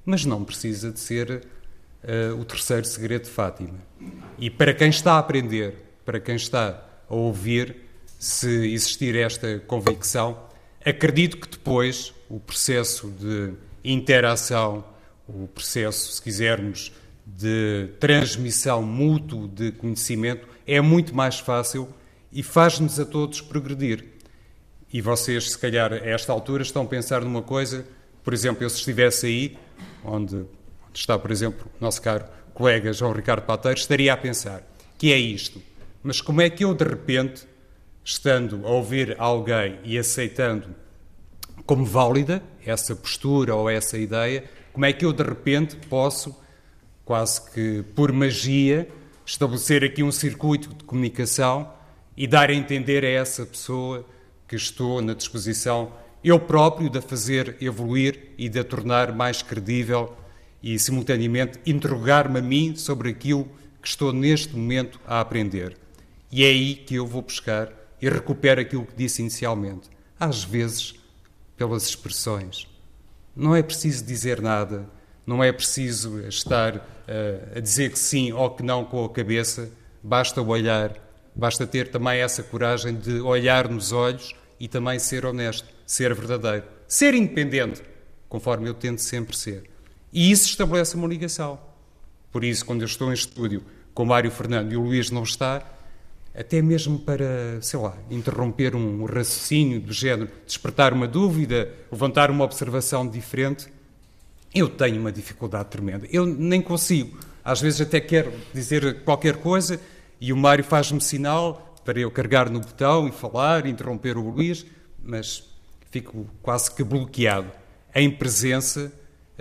mas não precisa de ser o terceiro segredo de Fátima. E para quem está a aprender, para quem está a ouvir, se existir esta convicção, acredito que depois o processo de interação, o processo, se quisermos, de transmissão mútua de conhecimento é muito mais fácil e faz-nos a todos progredir. E vocês, se calhar, a esta altura, estão a pensar numa coisa, por exemplo, eu se estivesse aí, onde está, por exemplo, o nosso caro colega João Ricardo Pateiro, estaria a pensar, que é isto? Mas como é que eu, de repente, estando a ouvir alguém e aceitando como válida essa postura ou essa ideia, como é que eu, de repente, posso, quase que por magia, estabelecer aqui um circuito de comunicação e dar a entender a essa pessoa que estou na disposição, eu próprio, de a fazer evoluir e de a tornar mais credível e, simultaneamente, interrogar-me a mim sobre aquilo que estou neste momento a aprender. E é aí que eu vou buscar e recupero aquilo que disse inicialmente. Às vezes, pelas expressões. Não é preciso dizer nada, não é preciso estar a dizer que sim ou que não com a cabeça, basta olhar, basta ter também essa coragem de olhar nos olhos e também ser honesto, ser verdadeiro, ser independente, conforme eu tento sempre ser. E isso estabelece uma ligação. Por isso, quando eu estou em estúdio com o Mário Fernando e o Luís não está, até mesmo para, sei lá, interromper um raciocínio do género, despertar uma dúvida, levantar uma observação diferente, eu tenho uma dificuldade tremenda. Eu nem consigo. Às vezes até quero dizer qualquer coisa e o Mário faz-me sinal para eu carregar no botão e falar, interromper o Luís, mas fico quase que bloqueado. Em presença,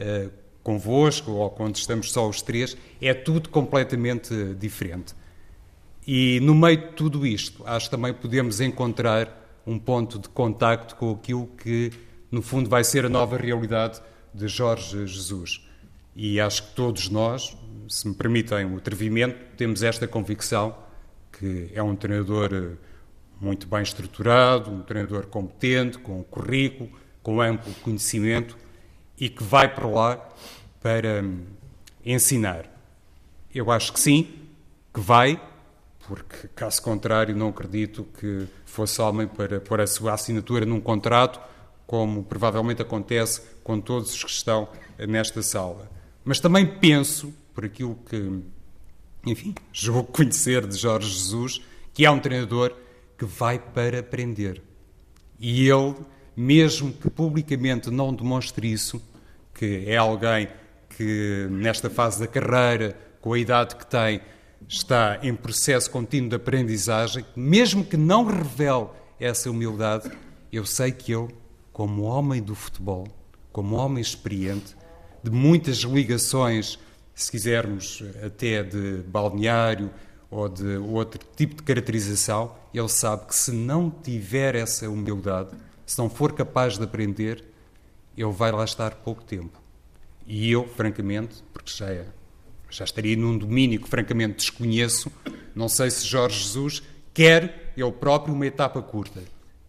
convosco ou quando estamos só os três, é tudo completamente diferente. E no meio de tudo isto, acho que também podemos encontrar um ponto de contacto com aquilo que, no fundo, vai ser a nova realidade de Jorge Jesus. E acho que todos nós, se me permitem o atrevimento, temos esta convicção que é um treinador muito bem estruturado, um treinador competente, com currículo, com amplo conhecimento e que vai para lá para ensinar. Eu acho que sim, que vai, porque, caso contrário, não acredito que fosse homem para pôr a sua assinatura num contrato, como provavelmente acontece com todos os que estão nesta sala. Mas também penso, por aquilo que, enfim, julgo conhecer de Jorge Jesus, que é um treinador que vai para aprender. E ele, mesmo que publicamente não demonstre isso, que é alguém que, nesta fase da carreira, com a idade que tem, está em processo contínuo de aprendizagem, mesmo que não revele essa humildade, eu sei que ele, como homem do futebol, como homem experiente, de muitas ligações, se quisermos até de balneário ou de outro tipo de caracterização, ele sabe que se não tiver essa humildade, se não for capaz de aprender, ele vai lá estar pouco tempo. E eu, francamente, porque já estaria num domínio que francamente desconheço, não sei se Jorge Jesus quer ele próprio uma etapa curta.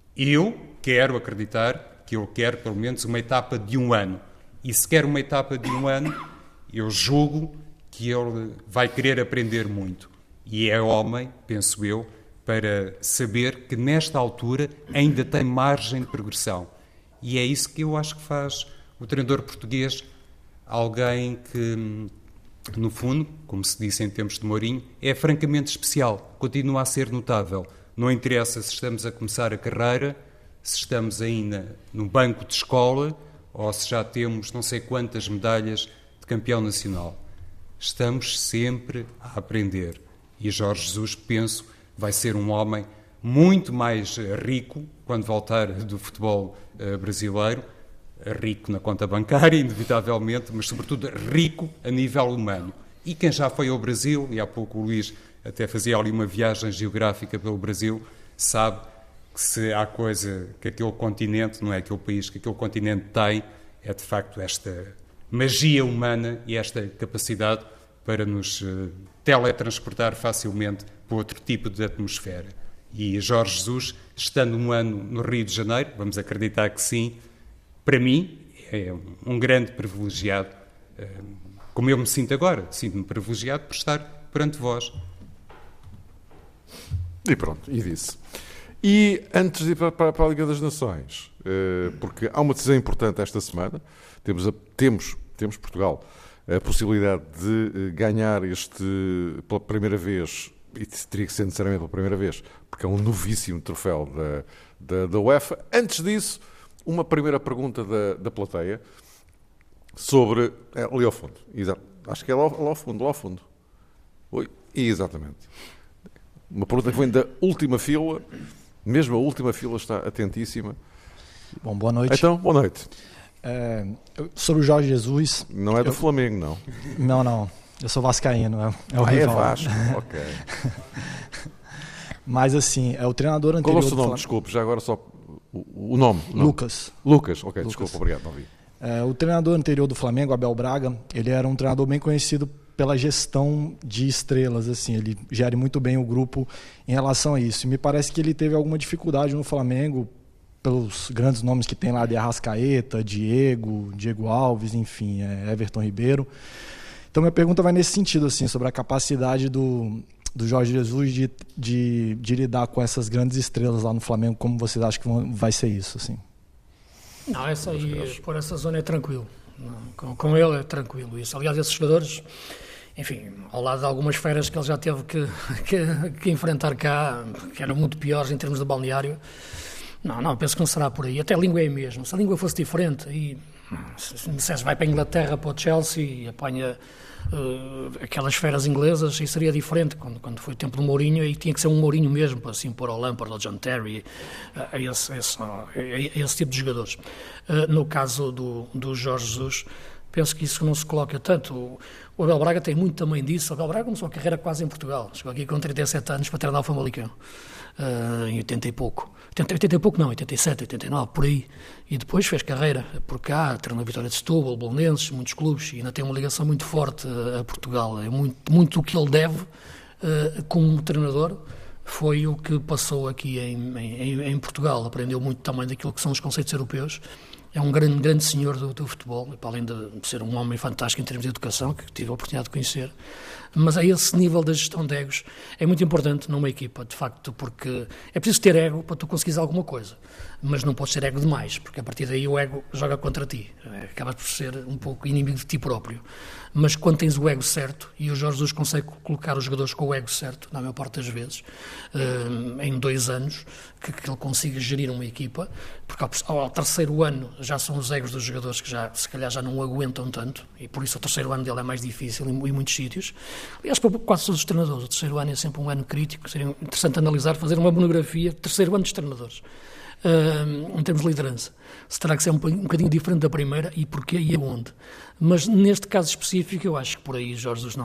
Eu quero acreditar que ele quer pelo menos uma etapa de 1 ano. E se quer uma etapa de 1 ano, eu julgo que ele vai querer aprender muito. E é homem, penso eu, para saber que nesta altura ainda tem margem de progressão. E é isso que eu acho que faz o treinador português, alguém que, no fundo, como se disse em tempos de Mourinho, é francamente especial, continua a ser notável. Não interessa se estamos a começar a carreira, se estamos ainda no banco de escola ou se já temos não sei quantas medalhas de campeão nacional. Estamos sempre a aprender. E Jorge Jesus, penso, vai ser um homem muito mais rico quando voltar do futebol brasileiro, rico na conta bancária, inevitavelmente, mas sobretudo rico a nível humano. E quem já foi ao Brasil, e há pouco o Luís até fazia ali uma viagem geográfica pelo Brasil, sabe que se há coisa que aquele continente, não é aquele país, que aquele continente tem, é de facto esta magia humana e esta capacidade para nos teletransportar facilmente para outro tipo de atmosfera. E Jorge Jesus, estando 1 ano no Rio de Janeiro, vamos acreditar que sim, para mim é um grande privilegiado como eu me sinto agora, sinto-me privilegiado por estar perante vós.
E pronto, e disse. E antes de ir para a Liga das Nações, porque há uma decisão importante esta semana, temos Portugal a possibilidade de ganhar pela primeira vez, e teria que ser necessariamente pela primeira vez, porque é um novíssimo troféu da UEFA. Antes disso, uma primeira pergunta da plateia sobre... ali ao fundo, exato. Acho que é lá ao fundo. Oi, exatamente. Uma pergunta que vem da última fila, mesmo a última fila está atentíssima.
Bom, boa noite.
Então, boa noite.
Sobre o Jorge Jesus...
Não é do Flamengo, não?
Não. Eu sou vascaíno, é o rival.
É Vasco, ok.
Mas assim, é o treinador anterior...
Qual é o seu nome? Desculpe, já agora só o nome.
Lucas.
Ok, desculpa, obrigado, não vi.
O treinador anterior do Flamengo, Abel Braga, ele era um treinador bem conhecido pela gestão de estrelas, assim, ele gere muito bem o grupo em relação a isso. E me parece que ele teve alguma dificuldade no Flamengo, pelos grandes nomes que tem lá de Arrascaeta, Diego Alves, enfim, Everton Ribeiro. Então minha pergunta vai nesse sentido, assim, sobre a capacidade do Jorge Jesus de lidar com essas grandes estrelas lá no Flamengo. Como vocês acham que vai ser isso, assim?
Não, essa aí, por essa zona é tranquilo. Com ele é tranquilo isso. Aliás, esses jogadores, enfim, ao lado de algumas feras que ele já teve que enfrentar cá, que eram muito piores em termos de balneário, não, penso que não será por aí. Até a língua é a mesma. Se a língua fosse diferente, e se me dissesse vai para a Inglaterra, para o Chelsea, e apanha aquelas feras inglesas, isso seria diferente. Quando foi o tempo do Mourinho, aí tinha que ser um Mourinho mesmo, para assim pôr ao Lampard, ao John Terry, a esse tipo de jogadores. No caso do Jorge Jesus, penso que isso não se coloca tanto. O Abel Braga tem muito também disso. O Abel Braga começou a carreira quase em Portugal. Chegou aqui com 37 anos para treinar o Famalicão, em 80 e pouco. 80 e pouco não, 87, 89, por aí. E depois fez carreira por cá, treinou a Vitória de Setúbal, Belenenses, muitos clubes, e ainda tem uma ligação muito forte a Portugal. É muito o que ele deve como treinador. Foi o que passou aqui em Portugal. Aprendeu muito também daquilo que são os conceitos europeus. É um grande senhor do futebol, para além de ser um homem fantástico em termos de educação, que tive a oportunidade de conhecer. Mas a esse nível da gestão de egos é muito importante numa equipa, de facto, porque é preciso ter ego para tu conseguires alguma coisa, mas não podes ter ego demais, porque a partir daí o ego joga contra ti, acabas por ser um pouco inimigo de ti próprio. Mas quando tens o ego certo, e o Jorge Jesus consegue colocar os jogadores com o ego certo, na maior parte das vezes, em 2 anos, que ele consiga gerir uma equipa, porque ao terceiro ano já são os egos dos jogadores que se calhar já não aguentam tanto, e por isso o terceiro ano dele é mais difícil em muitos sítios. Aliás, para quase todos os treinadores, o terceiro ano é sempre um ano crítico, seria interessante analisar, fazer uma monografia, terceiro ano dos treinadores, em termos de liderança. Se terá que ser um bocadinho diferente da primeira, e porquê e aonde. Mas neste caso específico, eu acho que por aí Jorge Jesus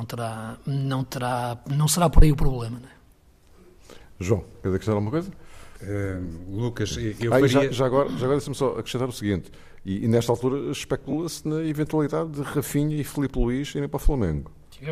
não será por aí o problema. Não é?
João, quer acrescentar alguma coisa?
Lucas, eu faria...
Já agora deixa-me só acrescentar o seguinte, e nesta altura especula-se na eventualidade de Rafinha e Filipe Luís irem para o Flamengo.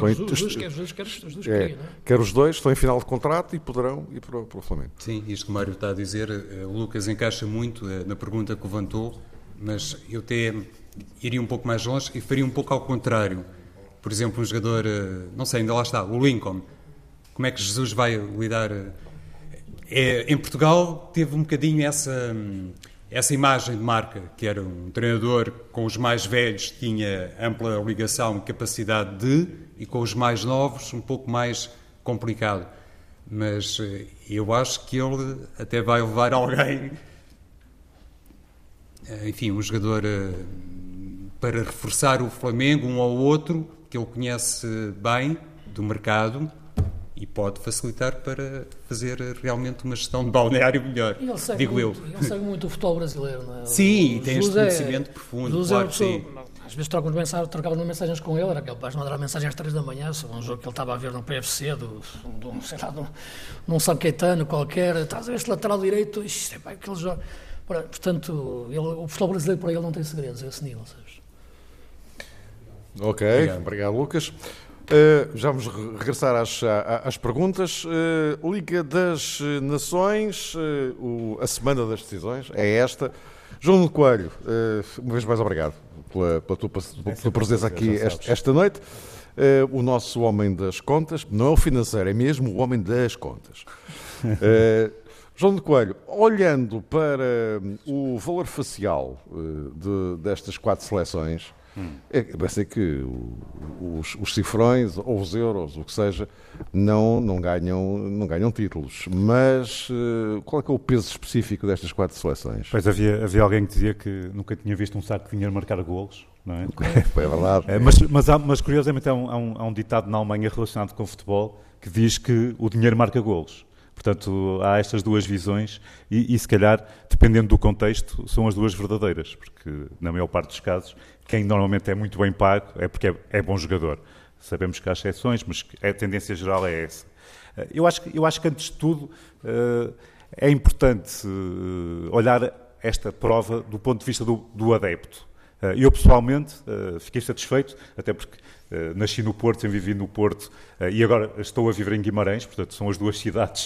Quer os dois, estão em final de contrato e poderão ir para o Flamengo.
Sim, isto que o Mário está a dizer, o Lucas encaixa muito na pergunta que levantou, mas eu até iria um pouco mais longe e faria um pouco ao contrário. Por exemplo, um jogador, não sei, ainda lá está, o Lincoln. Como é que Jesus vai lidar? Em Portugal teve um bocadinho essa imagem de marca, que era um treinador com os mais velhos, tinha ampla ligação e capacidade e com os mais novos um pouco mais complicado. Mas eu acho que ele até vai levar alguém, enfim, um jogador para reforçar o Flamengo, um ou outro, que ele conhece bem do mercado, e pode facilitar para fazer realmente uma gestão de balneário melhor, digo eu.
Ele segue muito o futebol brasileiro, não é?
Sim, tem este conhecimento profundo, claro que sim.
Às vezes trocávamos mensagens com ele, era capaz de mandar mensagem às 3 da manhã sobre um jogo que ele estava a ver no PFC, num São Caetano qualquer, estás a ver este lateral direito, isto é para aquele jogo. Portanto, o futebol brasileiro para ele não tem segredos a esse nível, sabes?
Ok, obrigado Lucas. Já vamos regressar às perguntas. Liga das Nações, a semana das decisões é esta. João Coelho, uma vez mais obrigado pela tua presença aqui esta noite. O nosso homem das contas, não é o financeiro, é mesmo o homem das contas. João de Coelho, olhando para o valor facial destas 4 seleções, vai ser que os cifrões ou os euros, o que seja, não ganham títulos. Mas qual é que é o peso específico destas 4 seleções?
Pois havia alguém que dizia que nunca tinha visto um saco de dinheiro marcar golos. Não é?
É verdade.
Mas curiosamente há um ditado na Alemanha relacionado com o futebol que diz que o dinheiro marca golos. Portanto, há estas duas visões e se calhar, dependendo do contexto, são as duas verdadeiras, porque na maior parte dos casos, quem normalmente é muito bem pago é porque é bom jogador. Sabemos que há exceções, mas a tendência geral é essa. Eu acho que antes de tudo, é importante olhar esta prova do ponto de vista do adepto. Eu, pessoalmente, fiquei satisfeito, até porque nasci no Porto, sempre vivi no Porto e agora estou a viver em Guimarães, portanto, são as duas cidades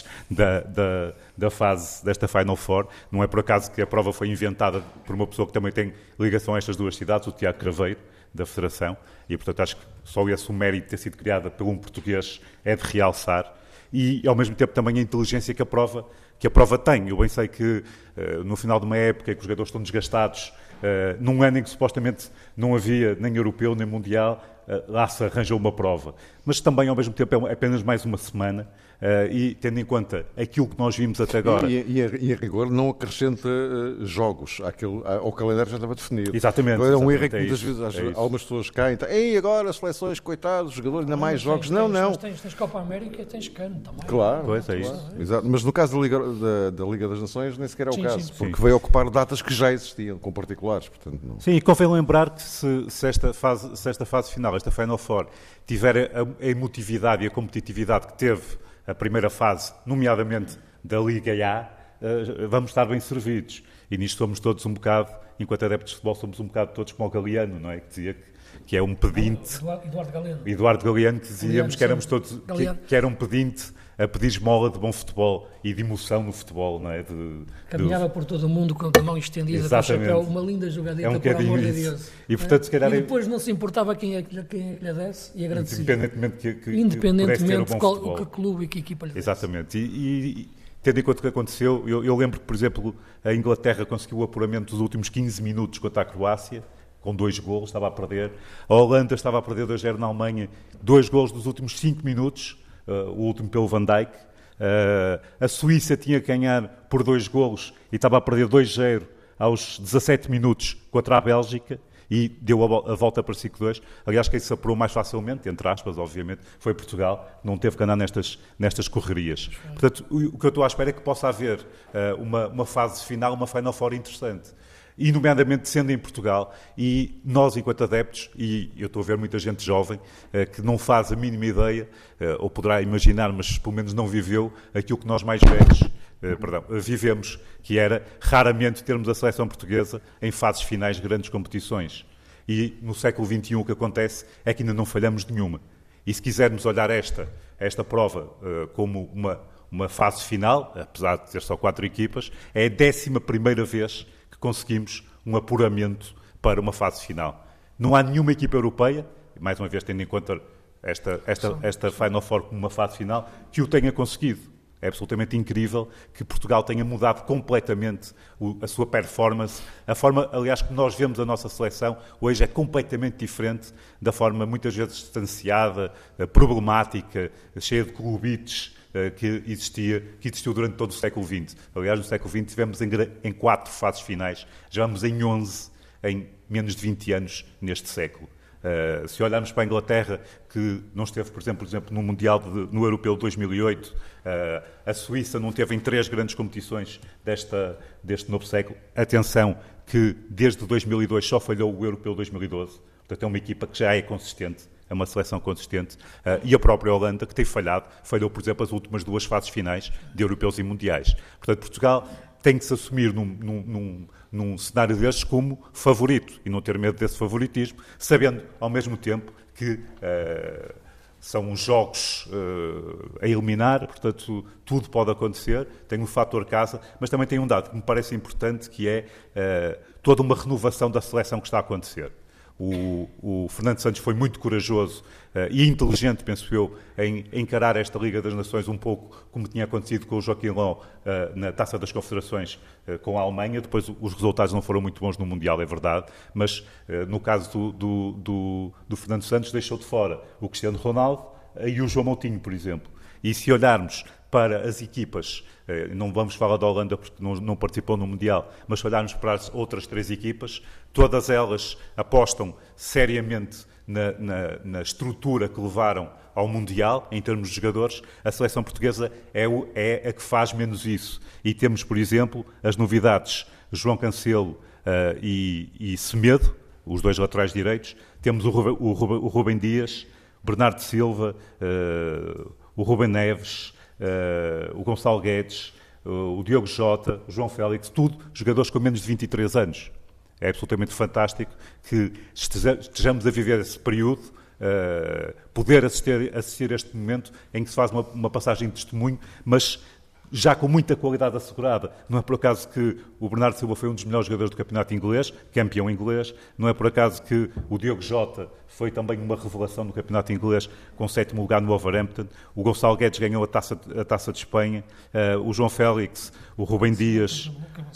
da fase desta Final Four. Não é por acaso que a prova foi inventada por uma pessoa que também tem ligação a estas duas cidades, o Tiago Craveiro, da Federação, e, portanto, acho que só esse o mérito de ter sido criada por um português é de realçar. E, ao mesmo tempo, também a inteligência que a prova tem. Eu bem sei que, no final de uma época em que os jogadores estão desgastados, num ano em que supostamente não havia nem europeu nem mundial, lá se arranja uma prova. Mas também, ao mesmo tempo, é apenas mais uma semana e, tendo em conta aquilo que nós vimos até agora...
E a rigor, não acrescenta jogos ao calendário já estava definido.
Exatamente.
É um erro que muitas vezes algumas pessoas caem. E agora as seleções, coitados, os jogadores, ainda mais jogos. Não.
Mas tens Copa América e tens CAN também.
Claro.
Pois é isso.
Exato. Mas no caso da Liga das Nações, nem sequer é o caso. Porque veio ocupar datas que já existiam, com particulares. Portanto, não...
Sim, e convém lembrar que se esta fase final, esta Final Four, tiver a emotividade e a competitividade que teve a primeira fase, nomeadamente da Liga A, vamos estar bem servidos. E nisto somos todos um bocado, enquanto adeptos de futebol, somos um bocado todos como o Galeano, não é? Que dizia que é um pedinte. Eduardo Galeano, que dizíamos que éramos todos, que era um pedinte a pedir esmola de bom futebol e de emoção no futebol, não é?
Caminhava por todo o mundo com a mão estendida, exatamente, com o chapéu, uma linda jogadita, por amor de Deus.
E, portanto, se calhar,
e depois não se importava quem é que lhe desse e agradecia.
Independentemente
de que clube e que equipa lhe desse.
Exatamente. E tendo em conta o que aconteceu, eu lembro que, por exemplo, a Inglaterra conseguiu o apuramento dos últimos 15 minutos contra a Croácia, com 2 golos, estava a perder. A Holanda estava a perder 2-0 na Alemanha, 2 golos dos últimos 5 minutos, o último pelo Van Dijk. A Suíça tinha que ganhar por 2 golos e estava a perder 2-0 aos 17 minutos contra a Bélgica e deu a volta para 5-2. Aliás, quem se apurou mais facilmente, entre aspas, obviamente, foi Portugal, não teve que andar nestas correrias. Portanto, o que eu estou à espera é que possa haver uma fase final, uma Final Four interessante. E, nomeadamente, sendo em Portugal, e nós, enquanto adeptos, e eu estou a ver muita gente jovem que não faz a mínima ideia, ou poderá imaginar, mas pelo menos não viveu, aquilo que nós mais velhos vivemos, que era raramente termos a seleção portuguesa em fases finais de grandes competições. E no século XXI o que acontece é que ainda não falhamos nenhuma. E se quisermos olhar esta prova como uma fase final, apesar de ter só 4 equipas, é a 11ª vez que conseguimos um apuramento para uma fase final. Não há nenhuma equipa europeia, mais uma vez tendo em conta esta Final Four como uma fase final, que o tenha conseguido. É absolutamente incrível que Portugal tenha mudado completamente a sua performance. A forma, aliás, que nós vemos a nossa seleção hoje é completamente diferente da forma muitas vezes distanciada, problemática, cheia de clubites, que existiu durante todo o século XX. Aliás, no século XX tivemos em 4 fases finais, já vamos em 11 em menos de 20 anos neste século. Se olharmos para a Inglaterra, que não esteve, por exemplo no Mundial no Europeu de 2008, a Suíça não teve em 3 grandes competições deste novo século. Atenção que desde 2002 só falhou o Europeu de 2012, portanto é uma equipa que já é consistente, é uma seleção consistente, e a própria Holanda, que tem falhou, por exemplo, as últimas 2 fases finais de europeus e mundiais. Portanto, Portugal tem que se assumir num cenário destes como favorito e não ter medo desse favoritismo, sabendo ao mesmo tempo que são jogos a eliminar, portanto tudo pode acontecer, tem um fator casa, mas também tem um dado que me parece importante, que é toda uma renovação da seleção que está a acontecer. O Fernando Santos foi muito corajoso e inteligente, penso eu, em encarar esta Liga das Nações um pouco como tinha acontecido com o Joaquim Löw na Taça das Confederações com a Alemanha. Depois os resultados não foram muito bons no Mundial, é verdade, mas no caso do Fernando Santos deixou de fora o Cristiano Ronaldo e o João Moutinho, por exemplo. E se olharmos para as equipas, não vamos falar da Holanda porque não participou no Mundial, mas se olharmos para as outras 3 equipas, todas elas apostam seriamente na estrutura que levaram ao Mundial, em termos de jogadores. A seleção portuguesa é a que faz menos isso. E temos, por exemplo, as novidades João Cancelo e Semedo, os 2 laterais direitos. Temos o Rubem Dias, Bernardo Silva, o Rubem Neves, o Gonçalo Guedes, o Diogo Jota, o João Félix, tudo jogadores com menos de 23 anos. É absolutamente fantástico que estejamos a viver esse período, poder assistir a este momento em que se faz uma passagem de testemunho, mas já com muita qualidade assegurada. Não é por acaso que o Bernardo Silva foi um dos melhores jogadores do campeonato inglês, campeão inglês. Não é por acaso que o Diogo Jota foi também uma revelação do campeonato inglês, com 7º lugar no Wolverhampton. O Gonçalo Guedes ganhou a taça de Espanha. O João Félix, o Rubem Dias,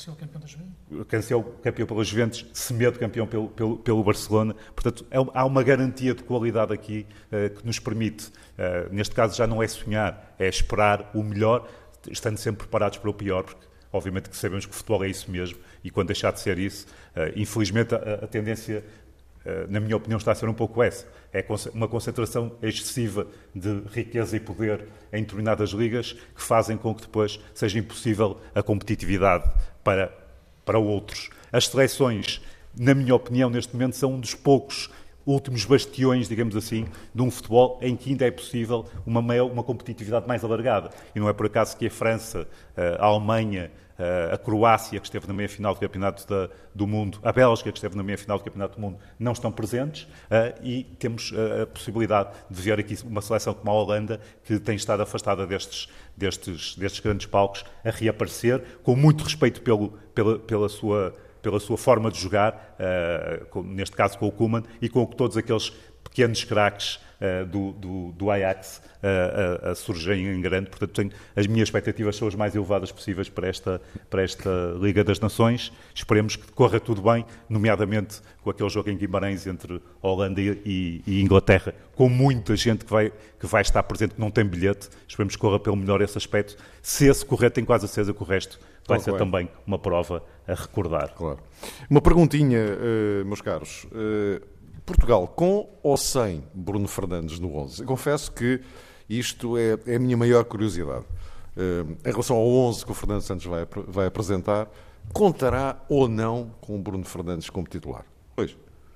Cancelo campeão pela Juventus, Semedo campeão pelo Barcelona. Portanto, há uma garantia de qualidade aqui que nos permite, neste caso já não é sonhar, é esperar o melhor, estando sempre preparados para o pior, porque obviamente que sabemos que o futebol é isso mesmo, e quando deixar de ser isso, infelizmente a tendência, na minha opinião, está a ser um pouco essa. É uma concentração excessiva de riqueza e poder em determinadas ligas que fazem com que depois seja impossível a competitividade para outros. As seleções, na minha opinião, neste momento, são um dos poucos últimos bastiões, digamos assim, de um futebol em que ainda é possível uma competitividade mais alargada. E não é por acaso que a França, a Alemanha, a Croácia, que esteve na meia-final do Campeonato do Mundo, a Bélgica, que esteve na meia-final do Campeonato do Mundo, não estão presentes, e temos a possibilidade de ver aqui uma seleção como a Holanda, que tem estado afastada destes grandes palcos, a reaparecer, com muito respeito pela sua forma de jogar, neste caso com o Koeman, e com todos aqueles pequenos craques do Ajax a surgirem em grande. Portanto, as minhas expectativas são as mais elevadas possíveis para esta Liga das Nações. Esperemos que corra tudo bem, nomeadamente com aquele jogo em Guimarães entre Holanda e Inglaterra, com muita gente que vai estar presente, que não tem bilhete. Esperemos que corra pelo melhor esse aspecto. Se esse correr, tenho quase a certeza que o resto vai ser também uma prova a recordar. Claro.
Uma perguntinha, meus caros. Portugal, com ou sem Bruno Fernandes no 11? Eu confesso que isto é a minha maior curiosidade. Em relação ao 11 que o Fernando Santos vai apresentar, contará ou não com o Bruno Fernandes como titular? Pois.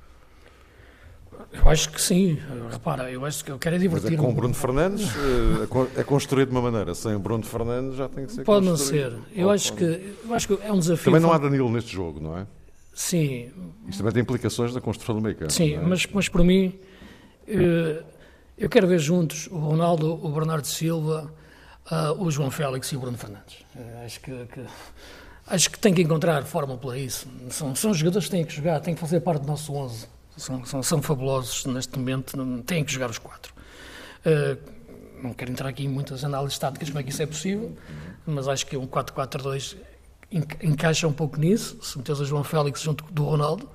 Eu acho que sim. Repara, eu acho que eu quero divertir-me.
Com o Bruno Fernandes é construído de uma maneira. Sem o Bruno Fernandes já tem que ser
pode
construído.
Não ser. Eu acho que é um desafio.
Também não há Danilo neste jogo, não é?
Sim.
Isto também tem implicações da construção do meio-campo.
Sim,
é?
mas por mim, eu quero ver juntos o Ronaldo, o Bernardo Silva, o João Félix e o Bruno Fernandes. Acho que tem que encontrar forma para isso. São jogadores que têm que jogar, têm que fazer parte do nosso 11. São fabulosos neste momento, têm que jogar os 4. Não quero entrar aqui em muitas análises táticas como é que isso é possível, mas acho que um 4-4-2 encaixa um pouco nisso. Se meteres o João Félix junto do Ronaldo,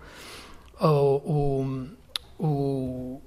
o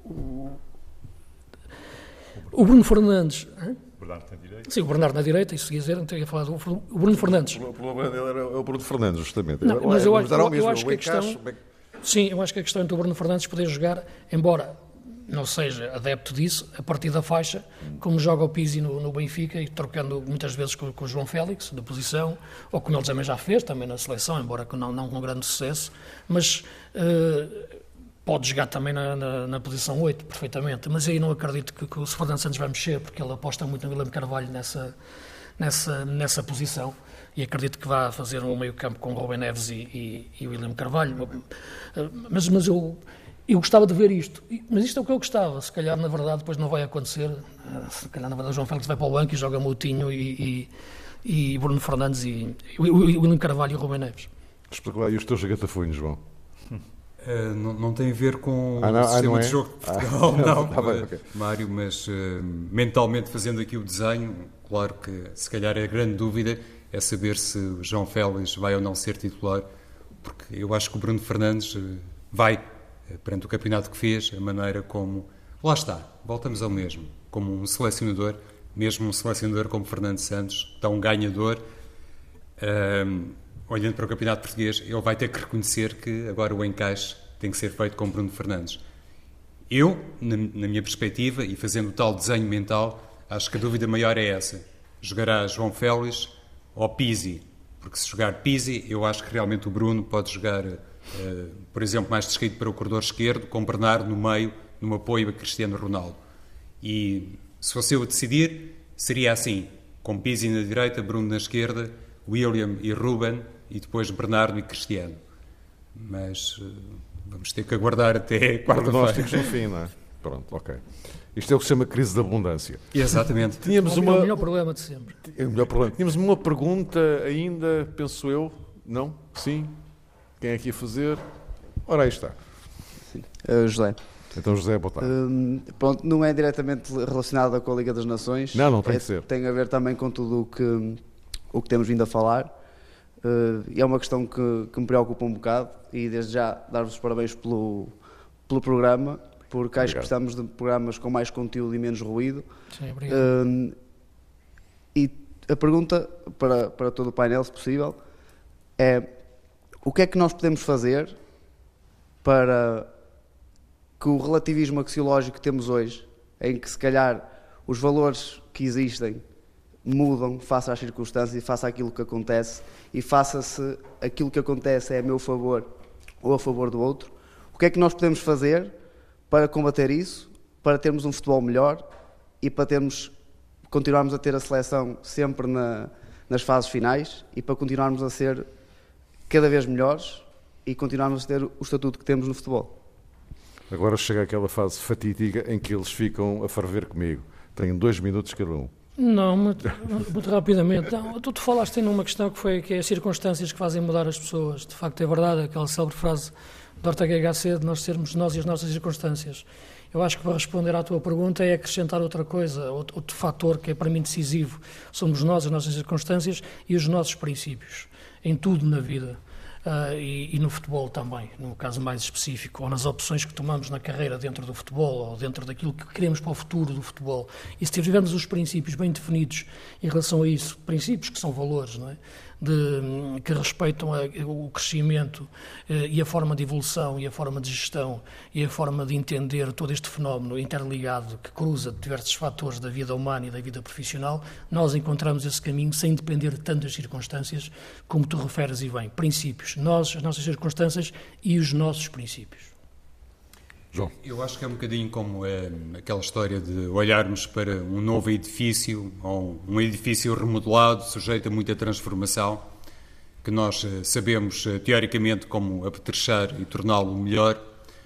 Bruno Fernandes.
Bernardo na direita.
Sim, o Bernardo na direita, isso quer dizer, não teria falado o Bruno Fernandes.
O problema dele era o Bruno Fernandes, justamente.
Não, mas eu acho que a questão. Sim, eu acho que a questão entre o Bruno Fernandes poder jogar, embora não seja adepto disso, a partir da faixa, como joga o Pizzi no Benfica, e trocando muitas vezes com o João Félix, de posição, ou como ele também já fez, também na seleção, embora não com grande sucesso, mas pode jogar também na posição 8, perfeitamente. Mas aí não acredito que o Fernando Santos vai mexer, porque ele aposta muito no William Carvalho nessa posição, e acredito que vai fazer um meio-campo com Rubem Neves e William Carvalho. Mas eu gostava de ver isto. Mas isto é o que eu gostava. Se calhar, na verdade, depois não vai acontecer. Se calhar, na verdade, o João Félix vai para o banco e joga Moutinho e Bruno Fernandes e William Carvalho e Rubem Neves.
Explica lá aí os teus gatafunhos, João.
Não tem a ver com o sistema de jogo de Portugal, não, okay. Mário, mas mentalmente fazendo aqui o desenho, claro que se calhar a grande dúvida é saber se o João Félix vai ou não ser titular, porque eu acho que o Bruno Fernandes vai, perante o campeonato que fez, a maneira como... Lá está, voltamos ao mesmo, como um selecionador, mesmo um selecionador como Fernando Santos, tão ganhador, olhando para o campeonato português, ele vai ter que reconhecer que agora o encaixe tem que ser feito com Bruno Fernandes. Eu, na minha perspectiva, e fazendo o tal desenho mental, acho que a dúvida maior é essa. Jogará João Félix ou Pizzi? Porque se jogar Pizzi, eu acho que realmente o Bruno pode jogar, por exemplo, mais descaído para o corredor esquerdo, com Bernardo no meio, no apoio a Cristiano Ronaldo. E se fosse eu a decidir, seria assim, com Pizzi na direita, Bruno na esquerda, William e Ruben, e depois Bernardo e Cristiano. Mas vamos ter que aguardar até quarta-feira.
No fim, não é? Pronto, ok. Isto é o que se chama crise de abundância.
Exatamente.
Tínhamos o melhor problema de sempre.
É o melhor problema. Tínhamos uma pergunta ainda, penso eu. Não? Sim? Quem é que ia fazer? Ora, aí está.
José.
Então, José, boa tarde.
Pronto, não é diretamente relacionada com a Liga das Nações.
Não tem que ser.
Tem a ver também com tudo o que temos vindo a falar. E é uma questão que me preocupa um bocado, e desde já dar-vos os parabéns pelo programa, porque acho que precisamos de programas com mais conteúdo e menos ruído.
Sim, obrigado.
E a pergunta para todo o painel, se possível, é: o que é que nós podemos fazer para que o relativismo axiológico que temos hoje, em que se calhar os valores que existem mudam face às circunstâncias e face àquilo que acontece, e faça-se aquilo que acontece é a meu favor ou a favor do outro, o que é que nós podemos fazer para combater isso, para termos um futebol melhor e para continuarmos a ter a seleção sempre nas fases finais, e para continuarmos a ser cada vez melhores e continuarmos a ter o estatuto que temos no futebol?
Agora chega aquela fase fatídica em que eles ficam a ferver comigo. Tenho 2 minutos cada um.
Não, muito rapidamente. Não, tu falaste aí numa questão que é as circunstâncias que fazem mudar as pessoas. De facto, é verdade aquela célebre frase de Ortega y Gasset, de nós sermos nós e as nossas circunstâncias. Eu acho que para responder à tua pergunta é acrescentar outra coisa, outro fator que é para mim decisivo. Somos nós, as nossas circunstâncias e os nossos princípios, em tudo na vida. E no futebol também, no caso mais específico, ou nas opções que tomamos na carreira dentro do futebol, ou dentro daquilo que queremos para o futuro do futebol. E se tivermos os princípios bem definidos em relação a isso, princípios que são valores, não é? Que respeitam o crescimento e a forma de evolução e a forma de gestão e a forma de entender todo este fenómeno interligado que cruza diversos fatores da vida humana e da vida profissional, nós encontramos esse caminho sem depender tanto das circunstâncias como tu referes e bem. Princípios. Nós, as nossas circunstâncias e os nossos princípios.
João.
Eu acho que é um bocadinho como aquela história de olharmos para um novo edifício, ou um edifício remodelado, sujeito a muita transformação, que nós sabemos teoricamente como apetrechar e torná-lo melhor,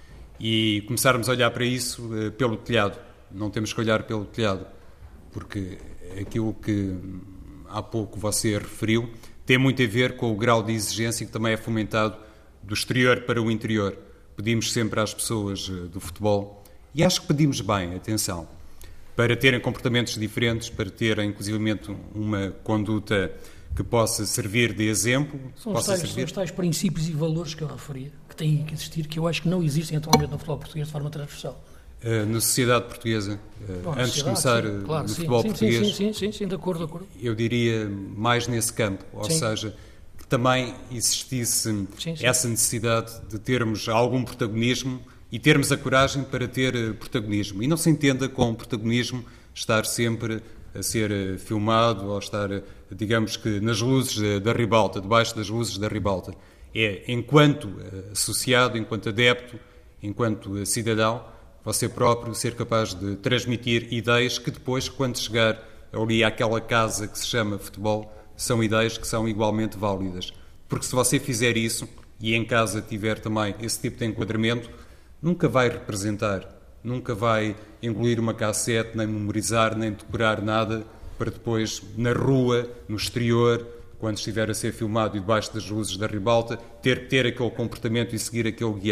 e começarmos a olhar para isso pelo telhado. Não temos que olhar pelo telhado, porque aquilo que há pouco você referiu tem muito a ver com o grau de exigência que também é fomentado do exterior para o interior. Pedimos sempre às pessoas do futebol, e acho que pedimos bem, atenção, para terem comportamentos diferentes, para terem, inclusivamente, uma conduta que possa servir de exemplo.
São os tais princípios e valores que eu referia, que têm que existir, que eu acho que não existem atualmente no futebol português de forma transversal.
Na sociedade portuguesa, antes de começar no futebol português,
sim, de acordo.
Eu diria mais nesse campo, ou seja, que também existisse essa necessidade de termos algum protagonismo e termos a coragem para ter protagonismo. E não se entenda com protagonismo estar sempre a ser filmado ou estar, digamos que, nas luzes da ribalta, debaixo das luzes da ribalta. É, enquanto associado, enquanto adepto, enquanto cidadão, você próprio ser capaz de transmitir ideias que depois, quando chegar ali àquela casa que se chama futebol, são ideias que são igualmente válidas. Porque se você fizer isso, e em casa tiver também esse tipo de enquadramento, nunca vai representar, nunca vai engolir uma cassete, nem memorizar, nem decorar nada, para depois, na rua, no exterior, quando estiver a ser filmado e debaixo das luzes da ribalta, ter aquele comportamento e seguir aquele guião.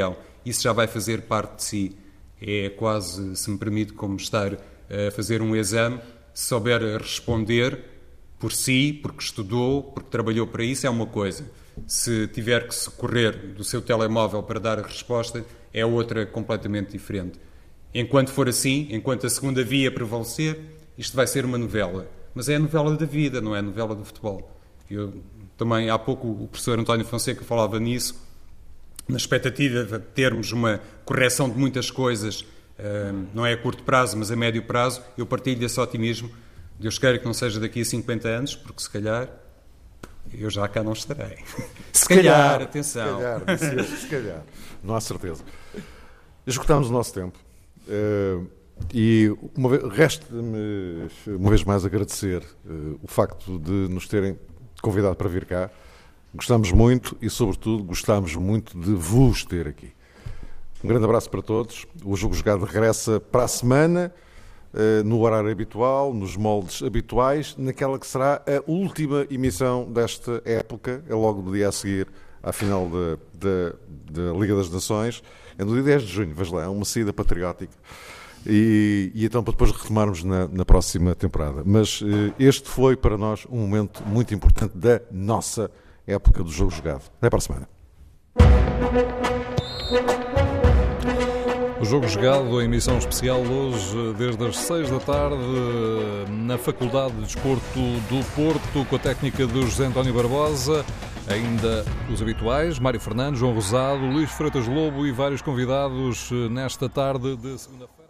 isso já vai fazer parte de si. É quase, se me permite, como estar a fazer um exame, se souber responder por si, porque estudou, porque trabalhou para isso, é uma coisa. Se tiver que socorrer do seu telemóvel para dar a resposta, é outra completamente diferente. Enquanto for assim, enquanto a segunda via prevalecer, isto vai ser uma novela. Mas é a novela da vida, não é a novela do futebol. Eu também, há pouco, o professor António Fonseca falava nisso, na expectativa de termos uma correção de muitas coisas, não é a curto prazo, mas a médio prazo. Eu partilho desse otimismo. Deus queira que não seja daqui a 50 anos, porque se calhar eu já cá não estarei. Se calhar, atenção.
Se calhar, não há certeza. Esgotámos o nosso tempo. E resta-me uma vez mais agradecer o facto de nos terem convidado para vir cá. Gostamos muito e, sobretudo, gostamos muito de vos ter aqui. Um grande abraço para todos. O Jogo Jogado regressa para a semana, no horário habitual, nos moldes habituais, naquela que será a última emissão desta época, é logo no dia a seguir à final da Liga das Nações. É no dia 10 de junho, veja lá, é uma saída patriótica. E então para depois retomarmos na próxima temporada. Mas este foi para nós um momento muito importante da nossa época do Jogo Jogado. Até para a semana.
O Jogo Jogado, a emissão especial hoje, desde as 6 da tarde, na Faculdade de Desporto do Porto, com a técnica de José António Barbosa. Ainda os habituais, Mário Fernandes, João Rosado, Luís Freitas Lobo e vários convidados nesta tarde de segunda-feira.